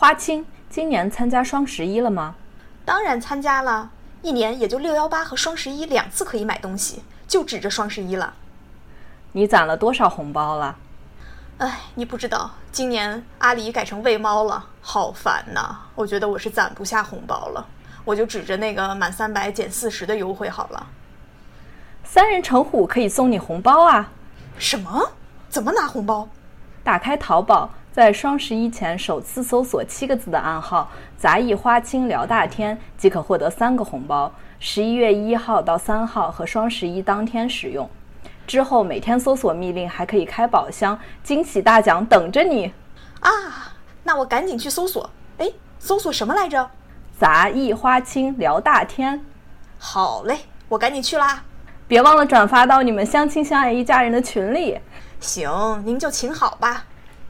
花青，今年参加双11了吗？ 当然参加了，一年也就618和双112次可以买东西，就指着双11了。 你攒了多少红包了？ 哎，你不知道，今年阿里改成喂猫了，好烦呐！我觉得我是攒不下红包了，我就指着那个满300减40的优惠好了。 3人成虎可以送你红包啊！ 什么？怎么拿红包？ 打开淘宝，在双11前首次搜索7个字的暗号“杂艺花青聊大天”，即可获得3个红包，11月1号到3号和双11当天使用。之后每天搜索密令还可以开宝箱，惊喜大奖等着你啊！那我赶紧去搜索。哎，搜索什么来着？ 杂艺花青聊大天。 好嘞，我赶紧去啦。 别忘了转发到你们相亲相爱一家人的群里。 行，您就请好吧。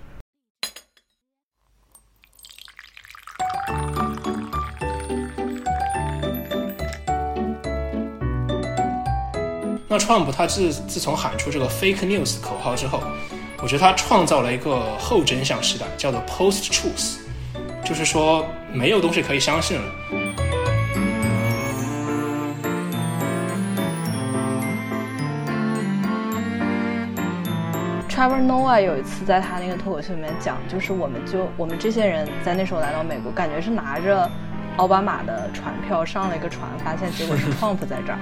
那 Trump 他自从喊出这个 fake news 口号之后，我觉得他创造了一个后真相时代，叫做 post truth， 就是说没有东西可以相信了。 Trevor Noah 有一次在他那个脱口秀里面讲，就是我们这些人在那时候来到美国，感觉是拿着奥巴马的船票上了一个船，发现结果是 Trump 在这儿。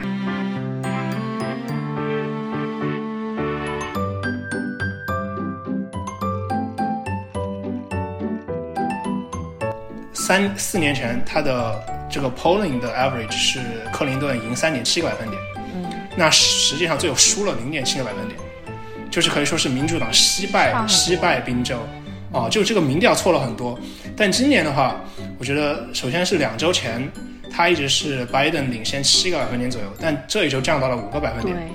4年前他的这个 polling 的 average 是克林顿赢3.7个百分点，那实际上最后输了0.7个百分点，就是可以说是民主党惜败宾州就这个民调错了很多。但今年的话，我觉得首先是2周前他一直是 Biden 领先7个百分点左右，但这一周降到了5个百分点。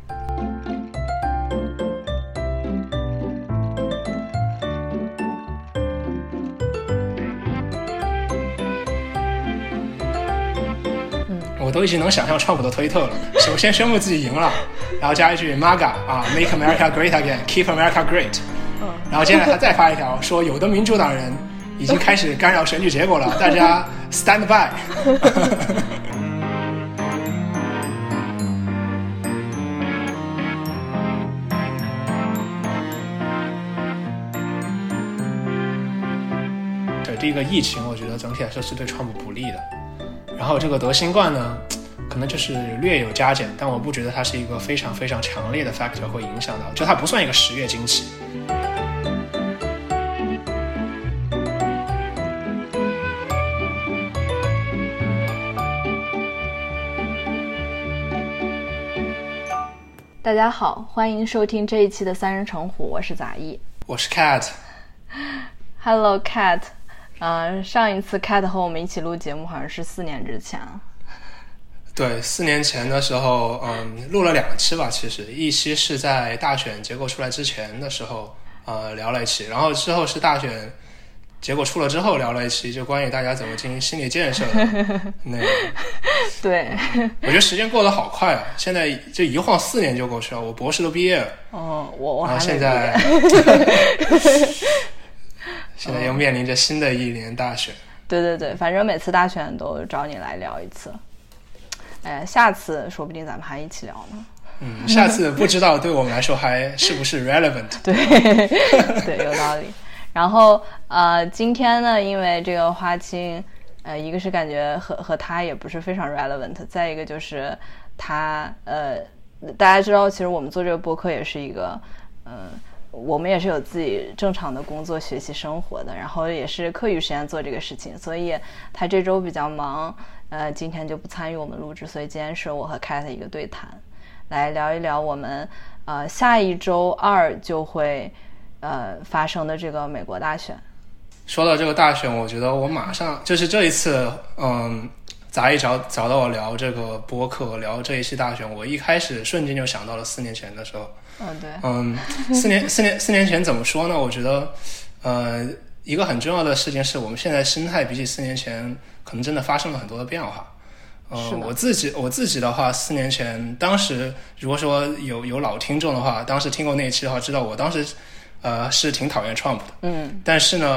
我都已经能想象川普的推特了，首先宣布自己赢了，然后加一句 MAGA Make America Great Again Keep America Great， 然后接下来他再发一条说有的民主党人已经开始干扰选举结果了，大家 stand by。 对，第一个疫情我觉得整体来说是对川普不利的，然后这个得新冠呢可能就是略有加减，但我不觉得它是一个非常非常强烈的 factor 会影响到，就它不算一个10月惊奇。 大家好，欢迎收听这一期的3人成虎，我是杂艺， 我是 Cat。 Hello Cat。上一次 Cat 和我们一起录节目好像是4年之前。 对，4年前的时候录了2期吧，其实一期是在大选结果出来之前的时候聊了一期，然后之后是大选结果出了之后聊了一期，就关于大家怎么进行心理建设的那个。 对， 我觉得时间过得好快啊，现在就一晃4年就过去了，我博士都毕业了。 我还没毕业。 现在现在又面临着新的一年大选。 对，反正每次大选都找你来聊一次。下次说不定咱们还一起聊呢。 下次不知道对我们来说还是不是 relevant。 对，有道理。然后今天呢，因为这个花青一个是感觉和他也不是非常 relevant， 再一个就是他大家知道其实我们做这个播客也是一个我们也是有自己正常的工作学习生活的，然后也是课余时间做这个事情，所以他这周比较忙，今天就不参与我们录制，所以今天是我和 Cat 一个对谈，来聊一聊我们下一周2就会发生的这个美国大选。 说到这个大选，我觉得我马上就是这一次杂艺找到我聊这个播客，聊这一期大选，我一开始瞬间就想到了4年前的时候。 对。 4年前怎么说呢？我觉得一个很重要的事情是我们现在心态比起4年前可能真的发生了很多的变化。我自己的话，4年前当时如果说有老听众的话，当时听过那一期的话知道我当时是挺讨厌 Trump 的。但是呢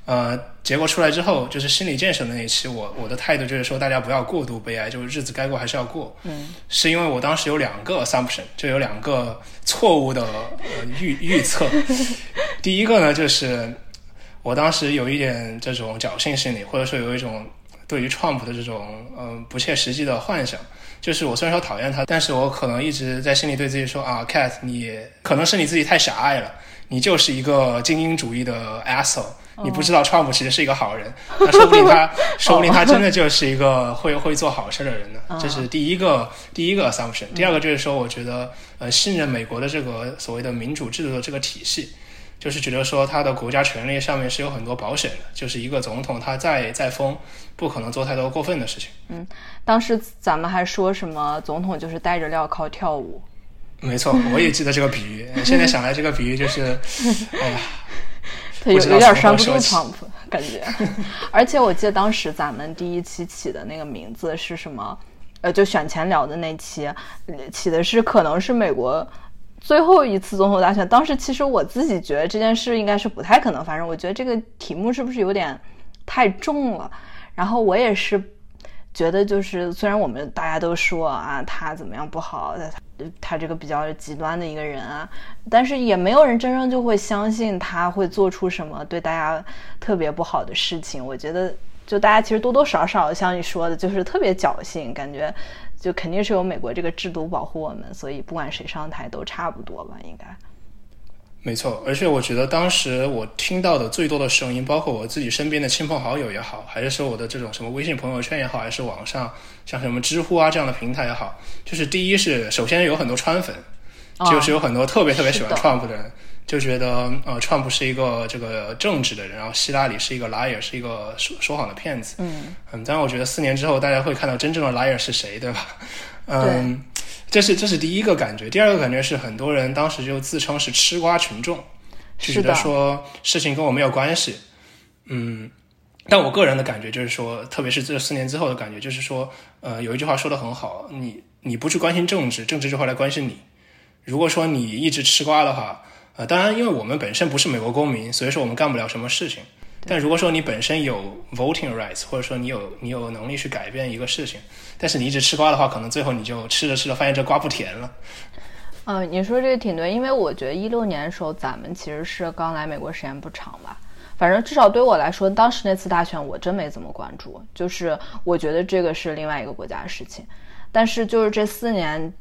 结果出来之后，就是心理建设的那一期，我的态度就是说，大家不要过度悲哀，就是日子该过还是要过。是因为我当时有2个 assumption， 就有2个错误的预测。第一个呢，就是我当时有一点这种侥幸心理，或者说有一种对于 Trump 的这种不切实际的幻想。就是我虽然说讨厌他，但是我可能一直在心里对自己说啊 ，Cat， 你可能是你自己太狭隘了，你就是一个精英主义的 asshole，你不知道 Trump 其实是一个好人，那说不定他真的就是一个会做好事的人呢。这是第一个 assumption。第二个就是说，我觉得信任美国的这个所谓的民主制度的这个体系。就是觉得说他的国家权力上面是有很多保险的，就是一个总统他再疯，不可能做太多过分的事情。 当时咱们还说什么总统就是戴着镣铐跳舞。 没错，我也记得这个比喻。现在想来这个比喻就是，哎呀， 他有点拴不住 Trump 感觉。而且我记得当时咱们第一期起的那个名字是什么？就选前聊的那期起的是可能是美国最后一次总统大选。当时其实我自己觉得这件事应该是不太可能发生，我觉得这个题目是不是有点太重了。然后我也是觉得，就是虽然我们大家都说啊他怎么样不好，他这个比较极端的一个人啊，但是也没有人真正就会相信他会做出什么对大家特别不好的事情。我觉得就大家其实多多少少像你说的就是特别侥幸，感觉就肯定是有美国这个制度保护我们，所以不管谁上台都差不多吧，应该。 没错，而且我觉得当时我听到的最多的声音，包括我自己身边的亲朋好友也好，还是说我的这种什么微信朋友圈也好，还是网上像什么知乎啊这样的平台也好，就是第一是首先有很多川粉，就是有很多特别特别喜欢 Trump 的人，就觉得Trump 是一个这个正直的人，然后希拉里是一个 liar， 是一个说谎的骗子。当然我觉得4年之后大家会看到真正的 liar 是谁，对吧？这是第一个感觉。第二个感觉是很多人当时就自称是吃瓜群众，就觉得说事情跟我没有关系。但我个人的感觉就是说，特别是这4年之后的感觉就是说，有一句话说得很好，你不去关心政治，政治就会来关心你。如果说你一直吃瓜的话，当然因为我们本身不是美国公民，所以说我们干不了什么事情。但如果说你本身有 voting rights， 或者说你有能力去改变一个事情，但是你一直吃瓜的话，可能最后你就吃着吃着发现这瓜不甜了。 你说这个挺对，因为我觉得16年的时候咱们其实是刚来美国时间不长吧，反正至少对我来说，当时那次大选我真没怎么关注，就是我觉得这个是另外一个国家的事情。但是就是这4年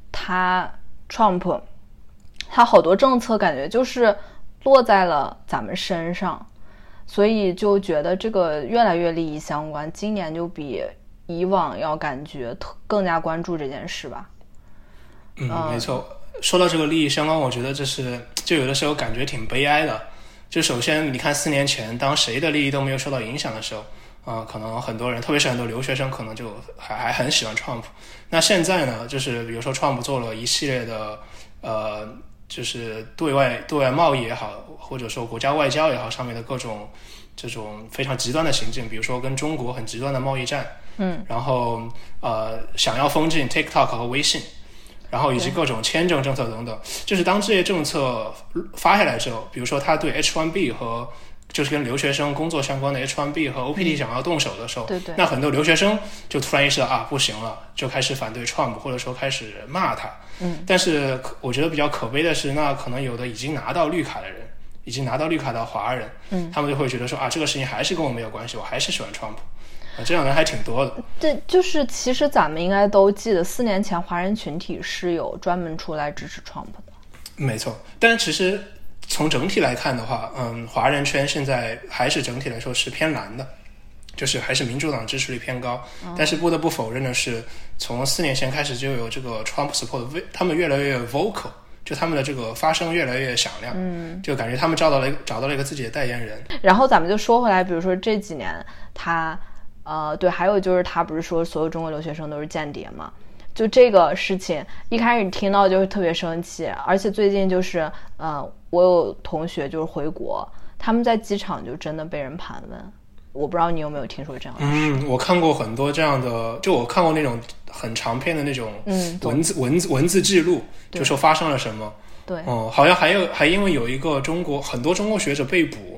Trump 他好多政策感觉就是落在了咱们身上，所以就觉得这个越来越利益相关，今年就比以往要感觉更加关注这件事吧。 没错。说到这个利益相关，我觉得就有的时候感觉挺悲哀的。就首先你看4年前当谁的利益都没有受到影响的时候，可能很多人，特别是很多留学生可能就还很喜欢 Trump。 那现在呢，就是比如说 Trump 做了一系列的就是对外贸易也好，或者说国家外交也好，上面的各种这种非常极端的行径，比如说跟中国很极端的贸易战，然后想要封禁 TikTok 和微信，然后以及各种签证政策等等。就是当这些政策发下来之后，比如说他对 H1B 和就是跟留学生工作相关的 H1B 和 OPT 想要动手的时候，那很多留学生就突然意识到不行了，就开始反对 Trump， 或者说开始骂他。但是我觉得比较可悲的是，那可能有的已经拿到绿卡的人，已经拿到绿卡的华人，他们就会觉得说这个事情还是跟我没有关系，我还是喜欢 Trump。这样的人还挺多的。 对，就是其实咱们应该都记得4年前华人群体是有专门出来支持 Trump 的。 没错，但其实从整体来看的话，华人圈现在还是整体来说是偏蓝的，就是还是民主党支持率偏高。但是不得不否认的是，从4年前开始就有这个 Trump support， 他们越来越 vocal， 就他们的这个发声越来越响亮，就感觉他们找到了一个自己的代言人。 然后咱们就说回来，比如说这几年他对，还有就是他不是说所有中国留学生都是间谍吗？就这个事情一开始听到就会特别生气，而且最近就是我有同学就是回国，他们在机场就真的被人盘问。我不知道你有没有听说这样的事。 我看过很多这样的，就我看过那种很长篇的那种文字记录，就说发生了什么。 对， 好像还因为有一个很多中国学者被捕，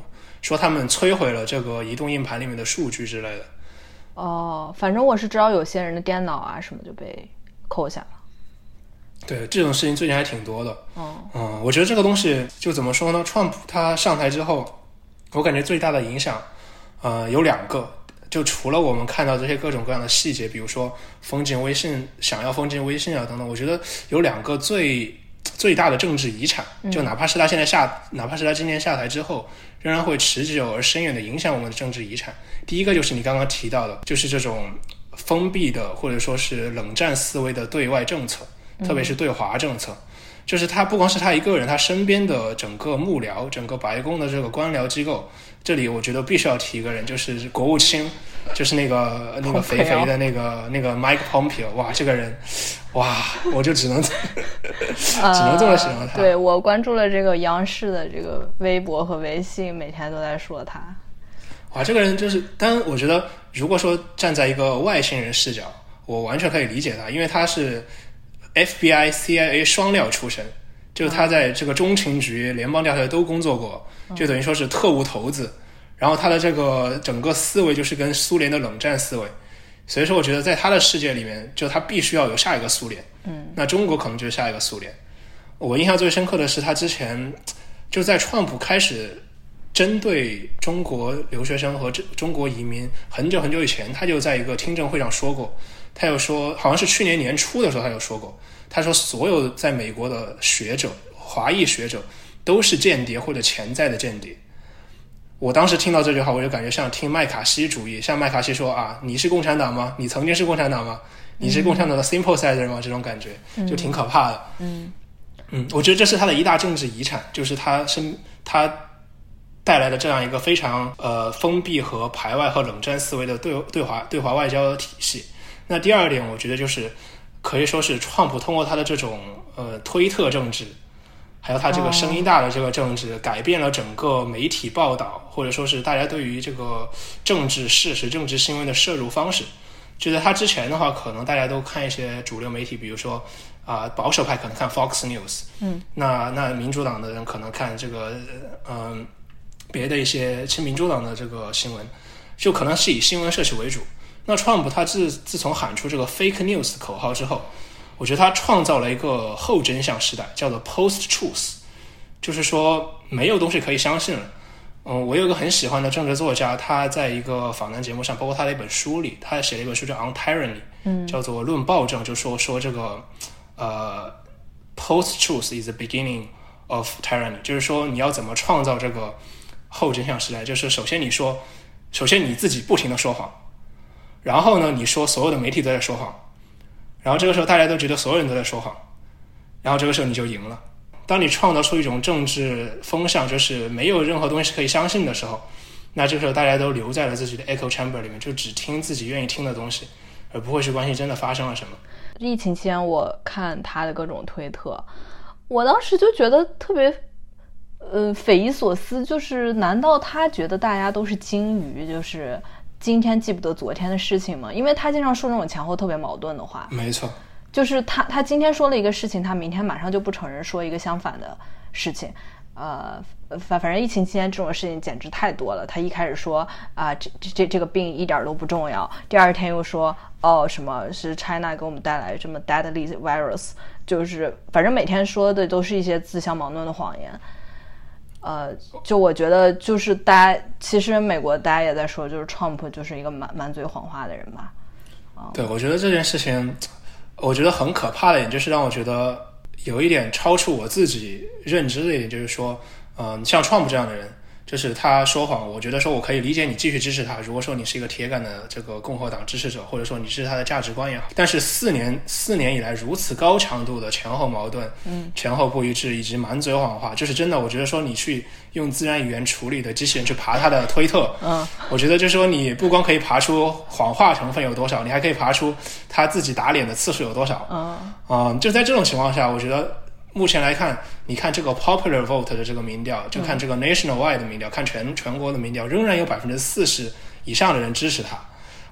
说他们摧毁了这个移动硬盘里面的数据之类的。 反正我是知道有些人的电脑啊什么就被扣下了。 对，这种事情最近还挺多的。我觉得这个东西就怎么说呢？川普他上台之后，我感觉最大的影响，有2个。就除了我们看到这些各种各样的细节，比如说封禁微信，想要封禁微信啊等等，我觉得有2个最大的政治遗产，就哪怕是他今年下台之后，仍然会持久而深远的影响我们的政治遗产。第一个就是你刚刚提到的，就是这种封闭的或者说是冷战思维的对外政策，特别是对华政策。就是他不光是他一个人，他身边的整个幕僚，整个白宫的这个官僚机构，这里我觉得必须要提一个人，就是国务卿，就是那个肥肥的那个 Mike Pompeo。哇，这个人，哇，我就只能这么形容他。 对，我关注了这个央视的这个微博和微信，每天都在说他。 哇，这个人就是，但我觉得如果说站在一个外星人视角，我完全可以理解他，因为他是FBI、CIA 双料出身，就他在这个中情局、联邦调查局都工作过，就等于说是特务头子。然后他的这个整个思维就是跟苏联的冷战思维，所以说我觉得在他的世界里面，就他必须要有下一个苏联。那中国可能就是下一个苏联。我印象最深刻的是他之前就在川普开始针对中国留学生和中国移民很久很久以前，他就在一个听证会上说过。他又说，好像是去年年初的时候他有说过，他说所有在美国的学者，华裔学者都是间谍或者潜在的间谍。我当时听到这句话，我就感觉像听麦卡锡主义，像麦卡锡说啊，你是共产党吗？你曾经是共产党吗？你是共产党的 sympathizer 吗？这种感觉就挺可怕的。我觉得这是他的一大政治遗产，就是他带来的这样一个非常封闭和排外和冷战思维的对华外交体系。那第二点，我觉得就是可以说是川普通过他的这种推特政治，还有他这个声音大的这个政治，改变了整个媒体报道，或者说是大家对于这个政治事实、政治新闻的摄入方式。就在他之前的话，可能大家都看一些主流媒体，比如说保守派可能看 Fox News，那民主党的人可能看这个别的一些亲民主党的这个新闻，就可能是以新闻摄取为主。那川普他自从喊出这个 fake news 口号之后，我觉得他创造了一个后真相时代，叫做 post truth， 就是说没有东西可以相信了。我有一个很喜欢的政治作家，他在一个访谈节目上，包括他的一本书里，他写了一本书叫 On Tyranny，叫做论暴政，就说这个post truth is the beginning of tyranny， 就是说你要怎么创造这个后真相时代，就是首先你自己不停的说谎，然后呢你说所有的媒体都在说谎，然后这个时候大家都觉得所有人都在说谎，然后这个时候你就赢了。当你创造出一种政治风向，就是没有任何东西是可以相信的时候，那这个时候大家都留在了自己的 echo chamber 里面，就只听自己愿意听的东西，而不会去关心真的发生了什么。 疫情期间我看他的各种推特，我当时就觉得特别匪夷所思，就是难道他觉得大家都是金鱼，就是今天记不得昨天的事情吗？因为他经常说这种前后特别矛盾的话。 没错， 就是他今天说了一个事情，他明天马上就不承认，说一个相反的事情。反正疫情期间这种事情简直太多了。他一开始说这个病一点都不重要，第二天又说什么是 China 给我们带来这么 deadly virus， 就是反正每天说的都是一些自相矛盾的谎言。就我觉得就是其实美国大家也在说，就是 Trump 就是一个满嘴谎话的人吧。 对，我觉得这件事情我觉得很可怕的一点，就是让我觉得有一点超出我自己认知的一点，就是说像 Trump 这样的人，就是他说谎，我觉得说我可以理解你继续支持他，如果说你是一个铁杆的这个共和党支持者，或者说你是他的价值观也好，但是4年以来如此高强度的前后矛盾，前后不一致，以及满嘴谎话，就是真的我觉得说你去用自然语言处理的机器人去爬他的推特，我觉得就是说你不光可以爬出谎话成分有多少，你还可以爬出他自己打脸的次数有多少。就在这种情况下，我觉得目前来看，你看这个 popular vote 的这个民调，就看这个 nationwide 的民调，看全国的民调，仍然有40%以上的人支持他。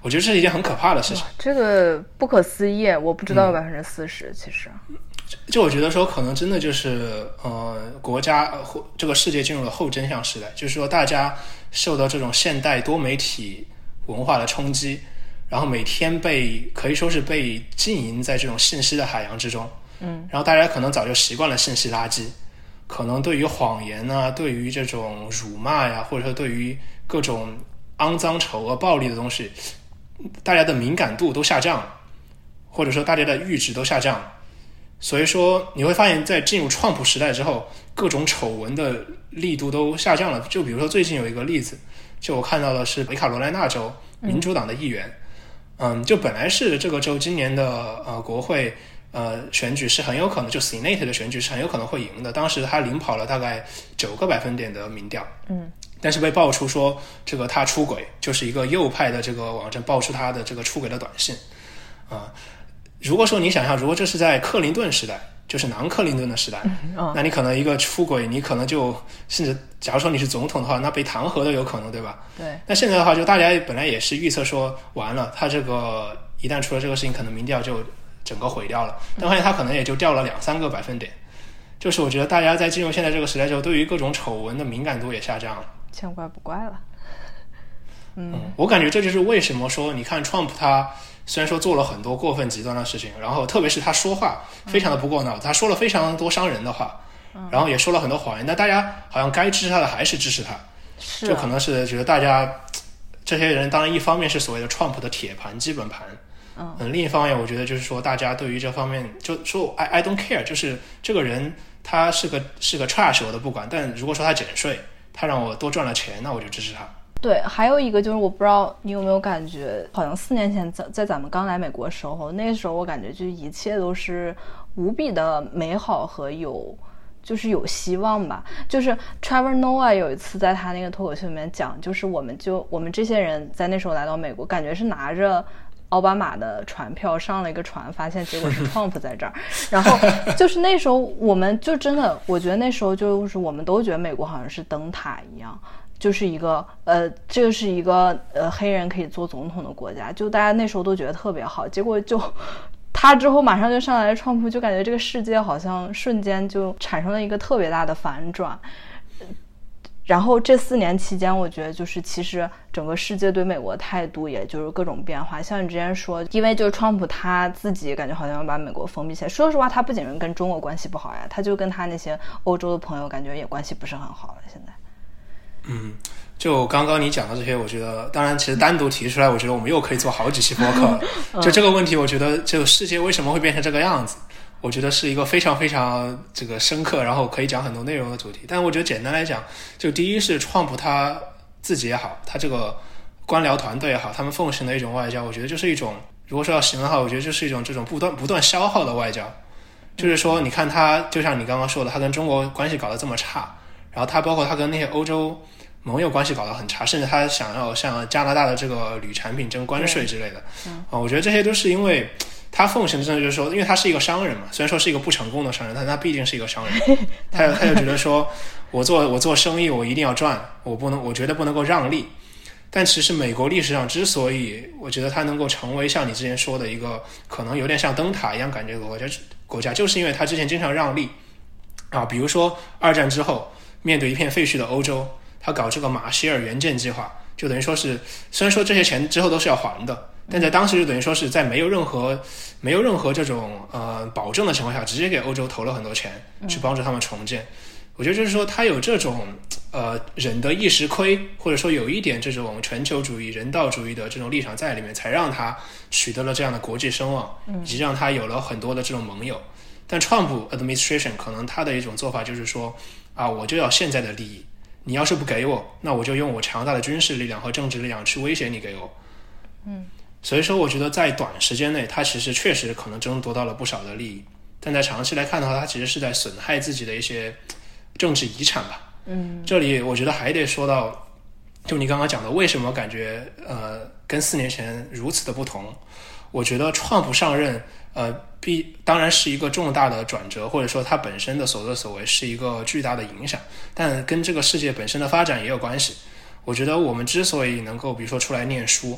我觉得这是一件很可怕的事情。 这个不可思议，我不知道有40%，其实。 就我觉得说，可能真的就是国家这个世界进入了后真相时代，就是说大家受到这种现代多媒体文化的冲击，然后每天可以说是被浸淫在这种信息的海洋之中。然后大家可能早就习惯了信息垃圾，可能对于谎言啊，对于这种辱骂呀，或者说对于各种肮脏丑恶暴力的东西，大家的敏感度都下降了，或者说大家的阈值都下降了。所以说你会发现在进入川普时代之后，各种丑闻的力度都下降了。就比如说最近有一个例子，就我看到的是北卡罗来纳州民主党的议员，就本来是这个州今年的国会选举是很有可能，就 Senate 的选举是很有可能会赢的，当时他领跑了大概9个百分点的民调，但是被爆出说这个他出轨，就是一个右派的这个网站爆出他的这个出轨的短信如果说你想象，如果这是在克林顿时代，就是南克林顿的时代，那你可能一个出轨，你可能就甚至假如说你是总统的话，那被弹劾都有可能，对吧？ 对。 那现在的话，就大家本来也是预测说完了，他这个一旦出了这个事情，可能民调就整个毁掉了，但发现他可能也就掉了2-3个百分点。就是我觉得大家在进入现在这个时代之后，对于各种丑闻的敏感度也下降了， 见怪不怪了。 我感觉这就是为什么说你看 Trump 他虽然说做了很多过分极端的事情，然后特别是他说话非常的不过脑子，他说了非常多伤人的话，然后也说了很多谎言，但大家好像该支持他的还是支持他，就可能是觉得大家这些人，当然一方面是所谓的 Trump 的铁盘基本盘，另一方面我觉得就是说大家对于这方面就说 I don't care， 就是这个人他是个 trash 我都不管，但如果说他减税，他让我多赚了钱，那我就支持他。 对，还有一个就是我不知道你有没有感觉，好像4年前在咱们刚来美国的时候，那时候我感觉就一切都是无比的美好和就是有希望吧。就是 Trevor Noah 有一次在他那个脱口秀里面讲，就是我们这些人在那时候来到美国，感觉是拿着奥巴马的船票上了一个船，发现结果是 Trump 在这儿然后就是那时候我们就真的，我觉得那时候就是我们都觉得美国好像是灯塔一样，就是一个这个是一个黑人可以做总统的国家，就大家那时候都觉得特别好，结果就他之后马上就上来了川普，就感觉这个世界好像瞬间就产生了一个特别大的反转。然后这4年期间，我觉得就是其实整个世界对美国态度也就是各种变化。像你之前说，因为就是川普他自己感觉好像要把美国封闭起来，说实话他不仅是跟中国关系不好呀，他就跟他那些欧洲的朋友感觉也关系不是很好了现在。 就刚刚你讲的这些，我觉得当然其实单独提出来，我觉得我们又可以做好几期播客了就这个问题，我觉得就世界为什么会变成这个样子，我觉得是一个非常非常这个深刻，然后可以讲很多内容的主题。但我觉得简单来讲，就第一是川普他自己也好，他这个官僚团队也好，他们奉行的一种外交，我觉得就是一种，如果说要形容的话，我觉得就是一种这种不断消耗的外交。就是说你看他就像你刚刚说的，他跟中国关系搞得这么差，然后他包括他跟那些欧洲盟友关系搞得很差，甚至他想要像加拿大的这个铝产品征关税之类的我觉得这些都是因为他奉行真的就是说，因为他是一个商人嘛，虽然说是一个不成功的商人，但他毕竟是一个商人他就觉得说我做生意我一定要赚，我绝对不能够让利。但其实美国历史上之所以我觉得它能够成为像你之前说的一个可能有点像灯塔一样感觉的国家，就是因为他之前经常让利比如说2战之后面对一片废墟的欧洲，他搞这个马歇尔援建计划，就等于说是虽然说这些钱之后都是要还的，但在当时就等于说是在没有任何这种保证的情况下，直接给欧洲投了很多钱去帮助他们重建。我觉得就是说他有这种忍得一时亏，或者说有一点这种全球主义人道主义的这种立场在里面，才让他取得了这样的国际声望，以及让他有了很多的这种盟友。但 Trump administration 可能他的一种做法就是说我就要现在的利益，你要是不给我，那我就用我强大的军事力量和政治力量去威胁你给我。所以说我觉得在短时间内他其实确实可能争夺到了不少的利益，但在长期来看的话，他其实是在损害自己的一些政治遗产吧。这里我觉得还得说到，就你刚刚讲的为什么感觉跟4年前如此的不同。我觉得川普上任当然是一个重大的转折，或者说他本身的所作所为是一个巨大的影响，但跟这个世界本身的发展也有关系。我觉得我们之所以能够比如说出来念书，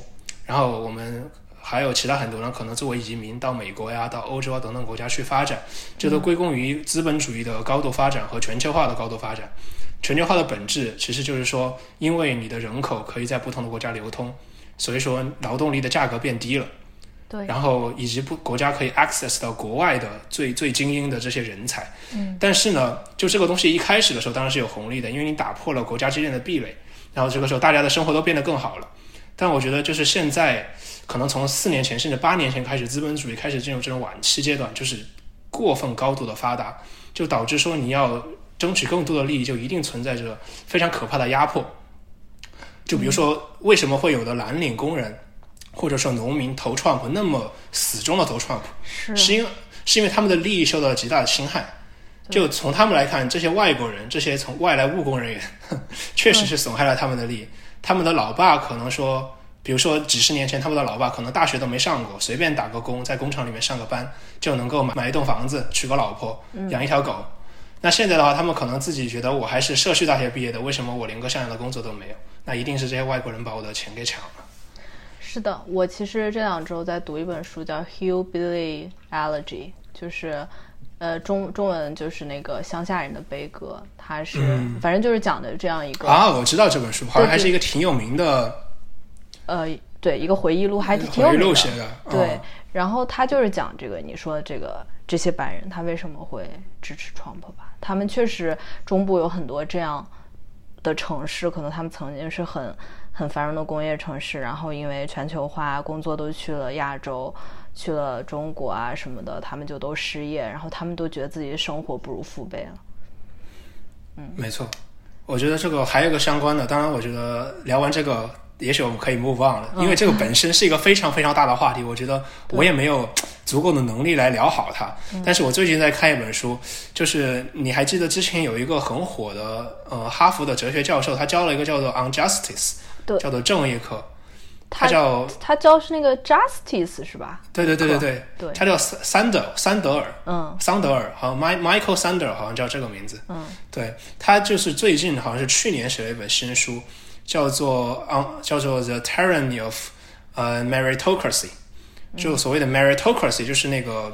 然后我们还有其他很多人可能作为移民到美国呀、到欧洲啊等等国家去发展，这都归功于资本主义的高度发展和全球化的高度发展。全球化的本质其实就是说，因为你的人口可以在不同的国家流通，所以说劳动力的价格变低了。 对， 然后以及国家可以 access 到国外的最精英的这些人才。但是呢，就这个东西一开始的时候当然是有红利的，因为你打破了国家之间的壁垒，然后这个时候大家的生活都变得更好了。但我觉得就是现在可能从4年前甚至8年前开始，资本主义开始进入这种晚期阶段，就是过分高度的发达，就导致说你要争取更多的利益，就一定存在着非常可怕的压迫。就比如说为什么会有的蓝领工人或者说农民投 Trump 那么死忠的投 Trump， 是因为他们的利益受到了极大的侵害。就从他们来看，这些外国人，这些从外来务工人员确实是损害了他们的利益。他们的老爸可能说，比如说几十年前他们的老爸可能大学都没上过，随便打个工，在工厂里面上个班就能够买一栋房子，娶个老婆，养一条狗。那现在的话，他们可能自己觉得我还是社区大学毕业的，为什么我连个像样的工作都没有？那一定是这些外国人把我的钱给抢了。 是的，我其实这2周在读一本书叫 Hillbilly Elegy， 就是中文就是那个乡下人的悲歌，它是、反正就是讲的这样一个我知道这本书，好像还是一个挺有名的， 对，一个回忆录，还挺有名的， 回忆录写的， 对。然后他就是讲这个你说的这些白人他为什么会支持 Trump 吧？他们确实中部有很多这样的城市，可能他们曾经是很繁荣的工业城市，然后因为全球化，工作都去了亚洲，去了中国啊什么的，他们就都失业，然后他们都觉得自己的生活不如父辈了。 没错。我觉得这个还有一个相关的，当然我觉得聊完这个也许我们可以 move on 了，因为这个本身是一个非常非常大的话题，我觉得我也没有足够的能力来聊好它。但是我最近在看一本书，就是你还记得之前有一个很火的哈佛的哲学教授，他教了一个叫做 On Justice， 叫做正义课。他教是那个 Justice 是吧？对，他叫桑德尔，桑德尔，好像 Michael Sander 好像叫这个名字。对，他就是最近好像是去年写了一本新书，叫做 The Tyranny of Meritocracy， 就所谓的 Meritocracy 就是那个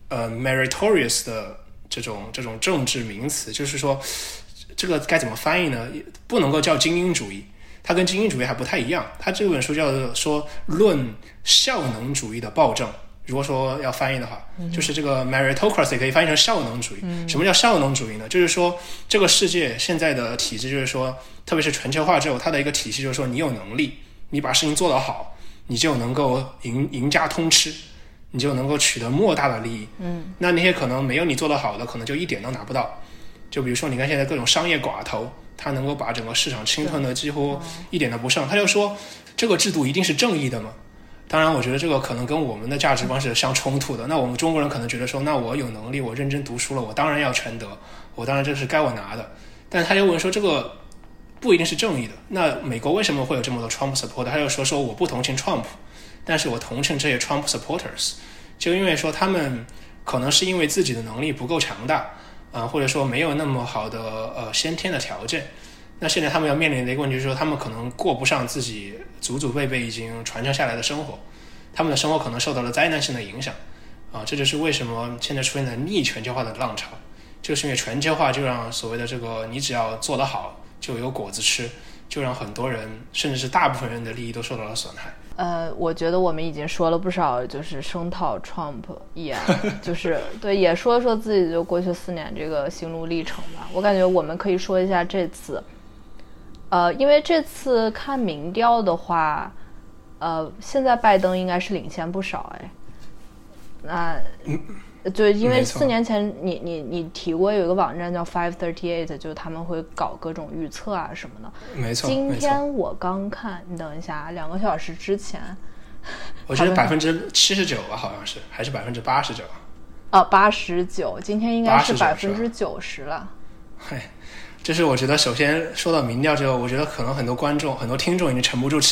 meritorious 的这种政治名词，就是说这个该怎么翻译呢？不能够叫精英主义。它跟精英主义还不太一样，它这本书叫做说论效能主义的暴政。如果说要翻译的话，就是这个 meritocracy 可以翻译成效能主义。什么叫效能主义呢？就是说这个世界现在的体制，就是说特别是全球化之后，它的一个体系就是说你有能力，你把事情做得好，你就能够赢家通吃，你就能够取得莫大的利益。那些可能没有你做得好的，可能就一点都拿不到。就比如说你看现在各种商业寡头，他能够把整个市场侵吞的几乎一点都不剩，他就说这个制度一定是正义的嘛？当然我觉得这个可能跟我们的价值观是相冲突的。那我们中国人可能觉得说，那我有能力，我认真读书了，我当然要全得，我当然这是该我拿的。但他就问说这个不一定是正义的。那美国为什么会有这么多 Trump supporter？ 他就说我不同情 Trump， 但是我同情这些 Trump supporters， 就因为说他们可能是因为自己的能力不够强大或者说没有那么好的先天的条件。那现在他们要面临的一个问题就是说，他们可能过不上自己祖祖辈辈已经传承下来的生活，他们的生活可能受到了灾难性的影响这就是为什么现在出现了逆全球化的浪潮，就是因为全球化就让所谓的这个你只要做得好就有果子吃，就让很多人甚至是大部分人的利益都受到了损害。 我觉得我们已经说了不少，就是声讨 Trump 言，就是对，也说说自己就过去4年这个心路历程吧。我感觉我们可以说一下这次，因为这次看民调的话，现在拜登应该是领先不少那就因为4年前你提过有一个网站叫 538， 就是他们会搞各种预测啊什么的。 没错。 今天我刚看，你等一下，2个小时之前， 我觉得79%吧，好像是，还是89%。 89%，今天应该是90%了。 就是我觉得首先说到民调之后，我觉得可能很多观众、很多听众已经沉不住气了。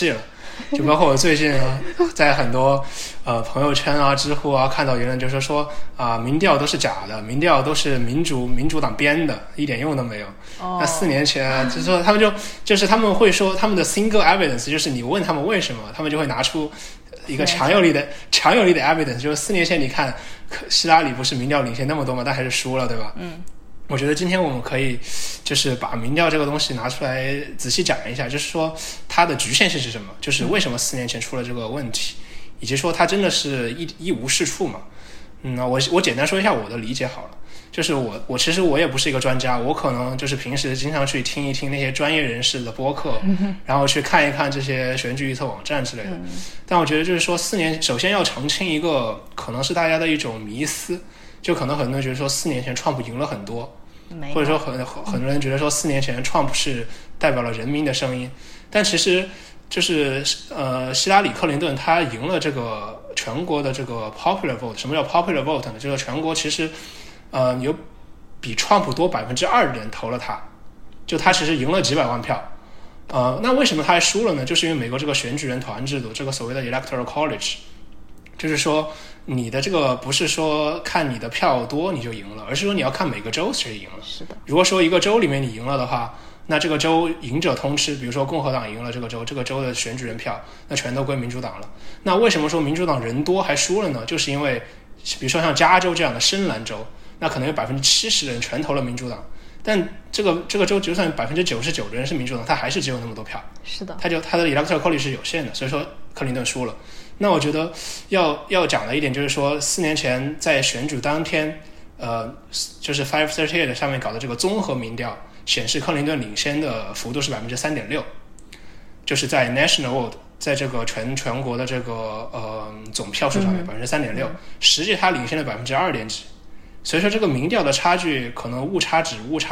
就包括我最近在很多朋友圈啊、知乎啊看到言论，就是说民调都是假的，民调都是民主党编的，一点用都没有。那4年前就是说他们就是他们会说他们的 single evidence， 就是你问他们为什么，他们就会拿出一个强有力的 evidence， 就是4年前你看希拉里不是民调领先那么多嘛，但还是输了，对吧？我觉得今天我们可以就是把民调这个东西拿出来仔细讲一下，就是说它的局限性是什么，就是为什么4年前出了这个问题，以及说它真的是一无是处嘛。我简单说一下我的理解好了，就是我其实我也不是一个专家，我可能就是平时经常去听一听那些专业人士的播客，然后去看一看这些选举预测网站之类的。但我觉得就是说4年首先要澄清一个可能是大家的一种迷思，就可能很多人觉得说4年前 Trump 赢了很多，或者说很多人觉得说4年前 Trump 是代表了人民的声音，但其实就是希拉里克林顿他赢了这个全国的这个 popular vote。 什么叫 popular vote 呢？这个全国其实有比 Trump 多2%的人投了他，就他其实赢了几百万票。那为什么他还输了呢？就是因为美国这个选举人团制度，这个所谓的 electoral college， 就是说你的这个不是说看你的票多你就赢了，而是说你要看每个州谁赢了。 是的。 如果说一个州里面你赢了的话，那这个州赢者通吃，比如说共和党赢了这个州，这个州的选举人票那全都归民主党了。那为什么说民主党人多还输了呢？就是因为比如说像加州这样的深蓝州，那可能有70%的人全投了民主党，但这个州就算99%的人是民主党，他还是只有那么多票。 是的。他的 electoral college 是有限的，所以说克林顿输了。那我觉得要讲的一点就是说，4年前在选举当天，就是 538 上面搞的这个综合民调显示克林顿领先的幅度是 3.6%， 就是在 national vote， 在这个全国的这个总票数上面 3.6%， 实际他领先了2点几，所以说这个民调的差距可能误差了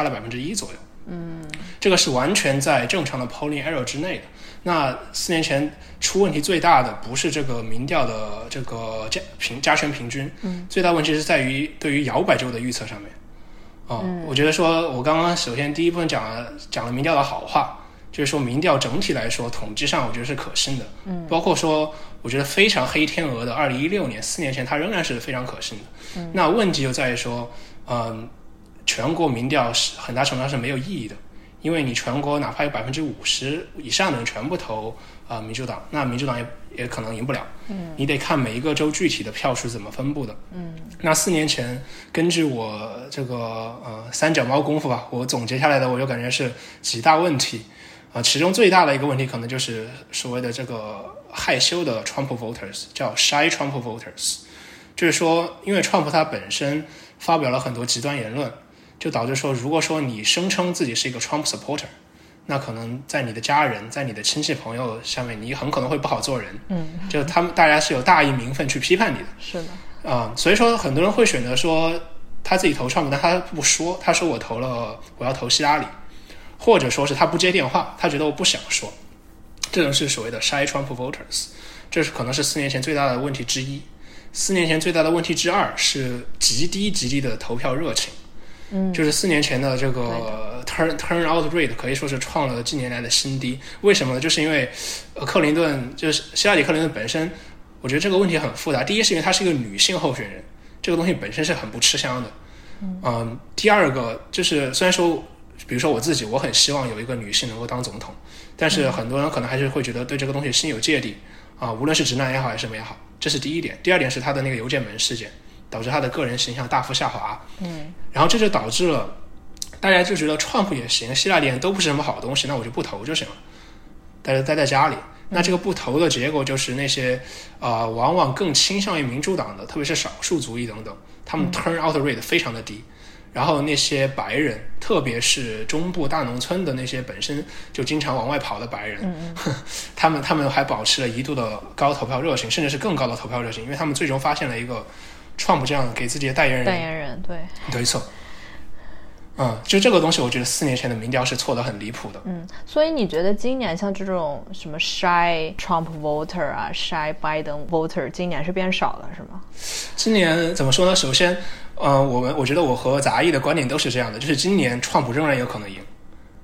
1%左右。这个是完全在正常的 polling error 之内的。那4年前出问题最大的不是这个民调的这个加权平均，最大问题是在于对于摇摆州的预测上面。我觉得说我刚刚首先第一部分讲了民调的好话，就是说民调整体来说统计上我觉得是可信的，包括说我觉得非常黑天鹅的2016年4年前它仍然是非常可信的。那问题就在于说全国民调是很大程度上是没有意义的，因为你全国哪怕有50%以上的人全部投民主党，那民主党也可能赢不了。你得看每一个州具体的票数怎么分布的。那4年前根据我这个三脚猫功夫吧，我总结下来的我就感觉是几大问题。其中最大的一个问题可能就是所谓的这个害羞的 Trump voters， 叫 shy Trump voters， 就是说因为 Trump 他本身发表了很多极端言论，就导致说如果说你声称自己是一个 Trump supporter， 那可能在你的家人在你的亲戚朋友下面你很可能会不好做人。就大家是有大义名分去批判你的。 是的。 所以说很多人会选择说他自己投 Trump， 但他不说，他说我要投希拉里，或者说是他不接电话，他觉得我不想说，这种是所谓的 shy Trump voters， 这是可能是4年前最大的问题之一。4年前最大的问题之二是极低的投票热情。就是4年前的这个 turn out rate 可以说是创了近年来的新低。为什么呢？就是因为克林顿就是希拉里克林顿本身，我觉得这个问题很复杂。第一是因为她是一个女性候选人，这个东西本身是很不吃香的。第二个就是虽然说比如说我自己我很希望有一个女性能够当总统，但是很多人可能还是会觉得对这个东西心有芥蒂无论是直男也好还是什么也好，这是第一点。第二点是他的那个邮件门事件导致他的个人形象大幅下滑。然后这就导致了大家就觉得 Trump 也行，希拉里都不是什么好东西，那我就不投就行了，大家待在家里。那这个不投的结果就是那些往往更倾向于民主党的，特别是少数族裔等等，他们 turn out rate 非常的低。然后那些白人，特别是中部大农村的那些本身就经常往外跑的白人，他们还保持了一度的高投票热情，甚至是更高的投票热情，因为他们最终发现了一个 Trump 这样给自己的代言人，对错。就这个东西我觉得4年前的民调是错得很离谱的。 所以你觉得今年像这种什么 shy Trump voter 啊 shy Biden voter 今年是变少了是吗？ 今年怎么说呢？首先我觉得我和杂艺的观点都是这样的，就是今年 Trump 仍然有可能赢。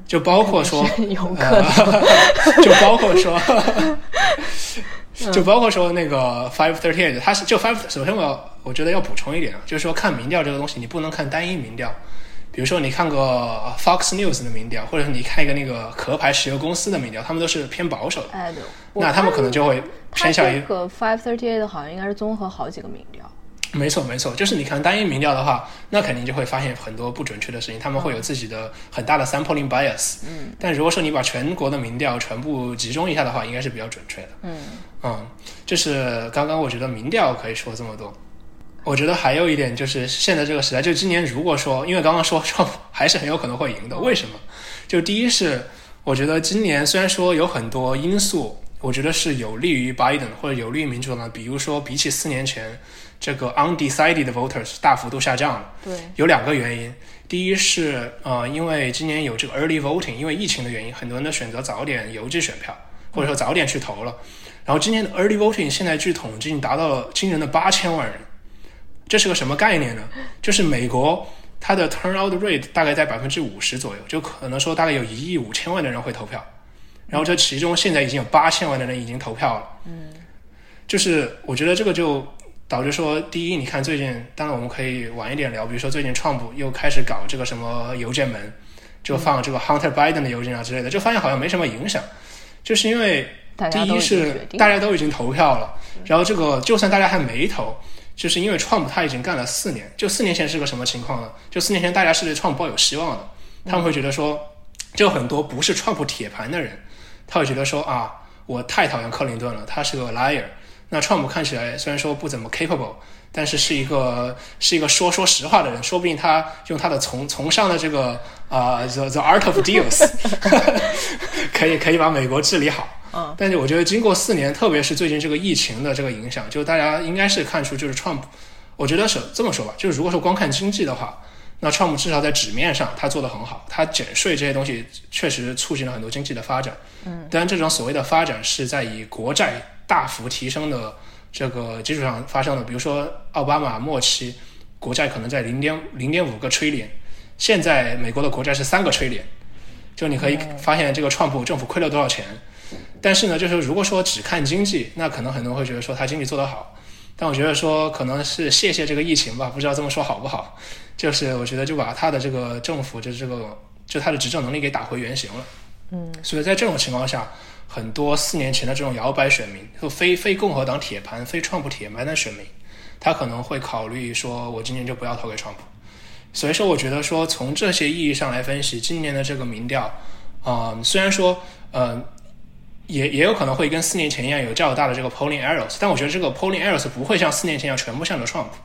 就包括说有可能就包括说就包括说那个538，它是就首先我觉得要补充一点啊，就是说看民调这个东西，你不能看单一民调。比如说你看个 Fox News 的民调，或者是你看一个那个壳牌石油公司的民调，他们都是偏保守的。 哎，对， 那他们可能就会偏向于这个538好像应该是综合好几个民调。 没错，就是你看单一民调的话，那肯定就会发现很多不准确的事情，他们会有自己的很大的 sampling bias。但如果说你把全国的民调全部集中一下的话，应该是比较准确的。这是刚刚我觉得民调可以说这么多。我觉得还有一点就是现在这个时代，就今年如果说，因为刚刚说 Trump 还是很有可能会赢的，为什么？就第一是我觉得今年虽然说有很多因素，我觉得是有利于 Biden 或者有利于民主党的，比如说比起4年前，这个 undecided voters 大幅度下降了。 对， 有2个原因。第一是因为今年有这个 early voting， 因为疫情的原因，很多人都选择早点邮寄选票，或者说早点去投了。然后今年的 early voting 现在据统计已经达到了惊人的8000万人。这是个什么概念呢？就是美国它的 turnout rate 大概在50%左右，就可能说大概有1亿5千万的人会投票，然后这其中现在已经有8000万的人已经投票了。就是我觉得这个就导致说，第一，你看最近，当然我们可以晚一点聊，比如说最近 Trump 又开始搞这个什么邮件门，就放这个 Hunter Biden 的邮件啊之类的，就发现好像没什么影响，就是因为第一是大家都已经投票了，然后这个就算大家还没投，就是因为 Trump 他已经干了4年，就4年前是个什么情况呢？就4年前大家是对 Trump 抱有希望的，他们会觉得说，就很多不是 Trump 铁盘的人，他会觉得说啊，我太讨厌克林顿了，他是个 liar。那 Trump 看起来虽然说不怎么 capable， 但是是一个说实话的人，说不定他用他的从上的这个the art of deals 可以把美国治理好。但是我觉得经过4年，特别是最近这个疫情的这个影响，就大家应该是看出，就是 Trump， 我觉得是这么说吧，就是如果说光看经济的话，那 Trump 至少在纸面上他做得很好，他减税这些东西确实促进了很多经济的发展。当然这种所谓的发展是在以国债大幅提升的这个基础上发生的，比如说奥巴马末期国债可能在 0.5个 trillion， 现在美国的国债是3个 trillion， 就你可以发现这个川普政府亏了多少钱。但是呢，就是如果说只看经济，那可能很多人会觉得说他经济做得好，但我觉得说可能是谢谢这个疫情吧，不知道这么说好不好，就是我觉得就把他的这个政府就他的执政能力给打回原形了。所以在这种情况下，很多4年前的这种摇摆选民，就非共和党铁盘、非川普铁盘的选民，他可能会考虑说，我今年就不要投给川普。所以说，我觉得说从这些意义上来分析，今年的这个民调，虽然说，也有可能会跟4年前一样有较大的这个 polling errors， 但我觉得这个 polling errors 不会像4年前一样全部向着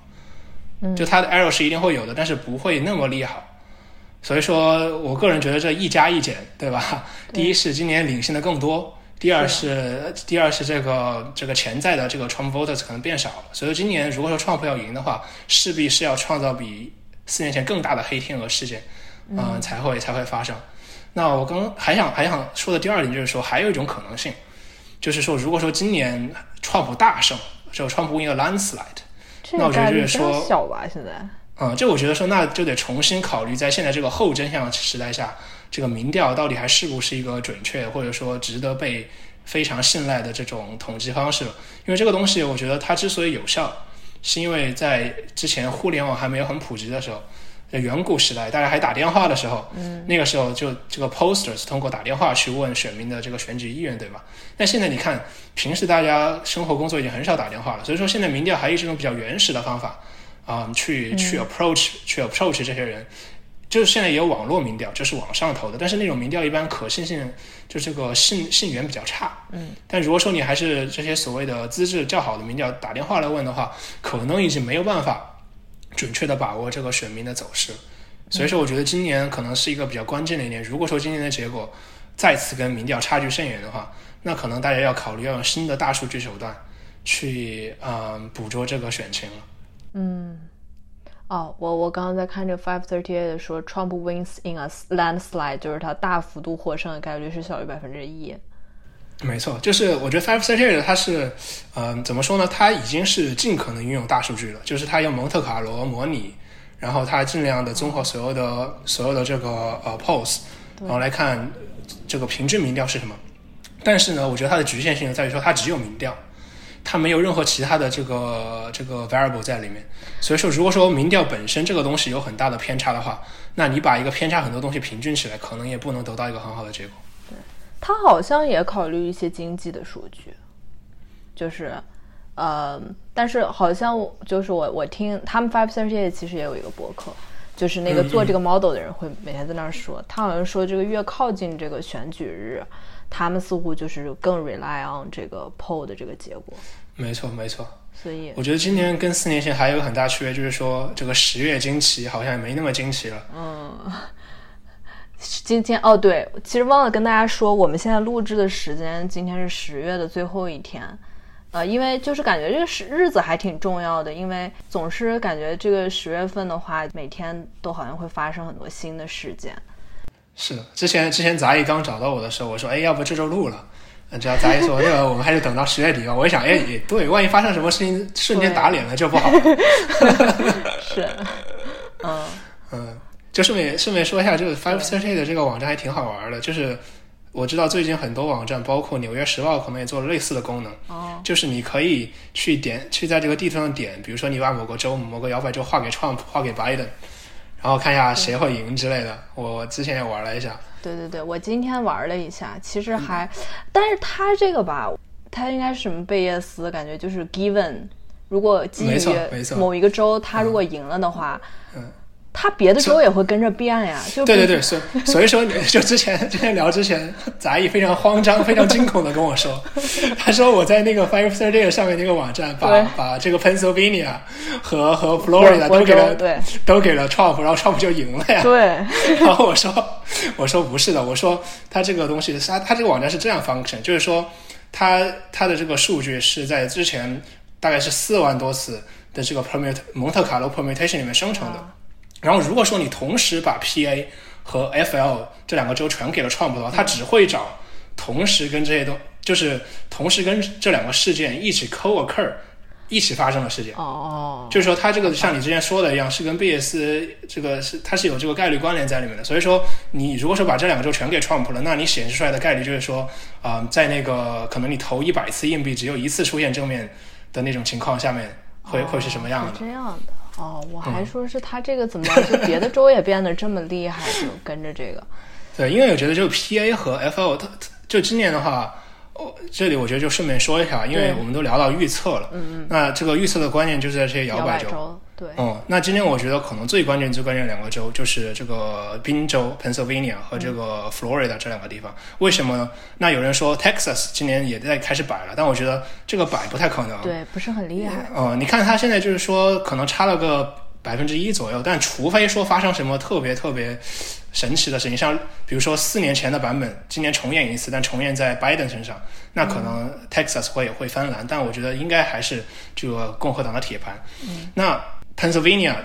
Trump， 就它的 error 是一定会有的，但是不会那么厉害。所以说我个人觉得这一加一减，对吧？第一是今年领先的更多，第二是这个潜在的这个 Trump voters 可能变少了。所以今年如果说 Trump 要赢的话，势必是要创造比4年前更大的黑天鹅事件，才会发生。那我刚还想说的第二点就是说，还有一种可能性，就是说如果说今年 Trump 大胜，就 Trump win a landslide， 那我觉得就是说小吧现在。 这我觉得说那就得重新考虑，在现在这个后真相时代下，这个民调到底还是不是一个准确或者说值得被非常信赖的这种统计方式。因为这个东西我觉得它之所以有效，是因为在之前互联网还没有很普及的时候，在远古时代大家还打电话的时候，那个时候就这个 posters 通过打电话去问选民的这个选举意愿，对吧？但现在你看平时大家生活工作已经很少打电话了，所以说现在民调还有这种比较原始的方法去 approach 这些人。就是现在也有网络民调，就是网上投的，但是那种民调一般可信性就这个信源比较差。但如果说你还是这些所谓的资质较好的民调打电话来问的话，可能已经没有办法准确的把握这个选民的走势。所以说我觉得今年可能是一个比较关键的一年。如果说今年的结果再次跟民调差距甚远的话，那可能大家要考虑要用新的大数据手段去捕捉这个选情了。 我刚刚在看这个538的说 Trump wins in a landslide， 就是他大幅度获胜的概率是小于1%。 没错，就是我觉得538它是怎么说呢，它已经是尽可能运用大数据了，就是它用蒙特卡罗模拟，然后它尽量的综合所有的这个polls 然后来看这个平均民调是什么。但是呢，我觉得它的局限性在于说它只有民调，它没有任何其他的这个 variable 在里面。所以说如果说民调本身这个东西有很大的偏差的话，那你把一个偏差很多东西平均起来，可能也不能得到一个很好的结果。 对，他好像也考虑一些经济的数据，就是但是好像就是我听他们538其实也有一个博客，就是那个做这个 model 的人会每天在那儿说，他好像说这个越靠近这个选举日，他们似乎就是更 rely on 这个 poll 的这个结果。没错。所以我觉得今年跟4年前还有一个很大区别，就是说这个10月惊奇好像也没那么惊奇了。 今天对，其实忘了跟大家说，我们现在录制的时间今天是10月的最后一天。因为就是感觉这个日子还挺重要的，因为总是感觉这个10月份的话，每天都好像会发生很多新的事件。 是的，之前杂艺刚找到我的时候，我说要不这周录了，只要杂艺说我们还是等到10月底吧。我一想也对，万一发生什么事情瞬间打脸了就不好了。 是就顺便说一下，这个538的这个网站还挺好玩的，就是我知道最近很多网站，包括纽约时报可能也做了类似的功能。就是你可以去在这个地图上点，比如说你把某个州某个摇摆州划给 Trump 划给 Biden， 然后看一下谁会赢之类的。我之前也玩了一下。对，我今天玩了一下，其实但是它这个吧，它应该是什么贝叶斯，感觉就是 given， 如果基于某一个州它如果赢了的话，他别的州也会跟着变呀。 对，所以说就之前聊之前，杂艺非常慌张非常惊恐的跟我说，他说我在那个 538上面那个网站把这个 Pennsylvania 和 Florida 都给了 Trump， 然后 Trump 就赢了呀。 对。 然后我说不是的，我说他这个东西他这个网站是这样 function， 就是说他的这个数据是在之前大概是4万多次的这个蒙特卡洛 permutation 里面生成的。然后如果说你同时把 PA 和 FL 这两个州全给了 Trump 的话，他只会找同时跟这些就是同时跟这两个事件一起 co-occur 一起发生的事件。就是说他这个像你之前说的一样，是跟贝叶斯这个它是有这个概率关联在里面的。所以说你如果说把这两个州全给 Trump 了，那你显示出来的概率就是说在那个可能你投100次硬币只有1次出现正面的那种情况下面会是什么样的。 是这样的。我还说是他这个怎么就别的州也变得这么厉害，就跟着这个。 对，因为我觉得就 PA 和 FL 就今年的话，这里我觉得就顺便说一下，因为我们都聊到预测了。那这个预测的关键就是在这些摇摆州。对。那今天我觉得可能最关键两个州就是这个宾州 Pennsylvania 和这个 Florida 这两个地方。为什么呢？那有人说 Texas 今年也在开始摆了，但我觉得这个摆不太可能。 对，不是很厉害。 你看他现在就是说可能差了个1%左右，但除非说发生什么特别神奇的事情，像比如说4年前的版本今年重演一次，但重演在 Biden 身上，那可能 Texas 会翻蓝，但我觉得应该还是这个共和党的铁盘。那 Pennsylvania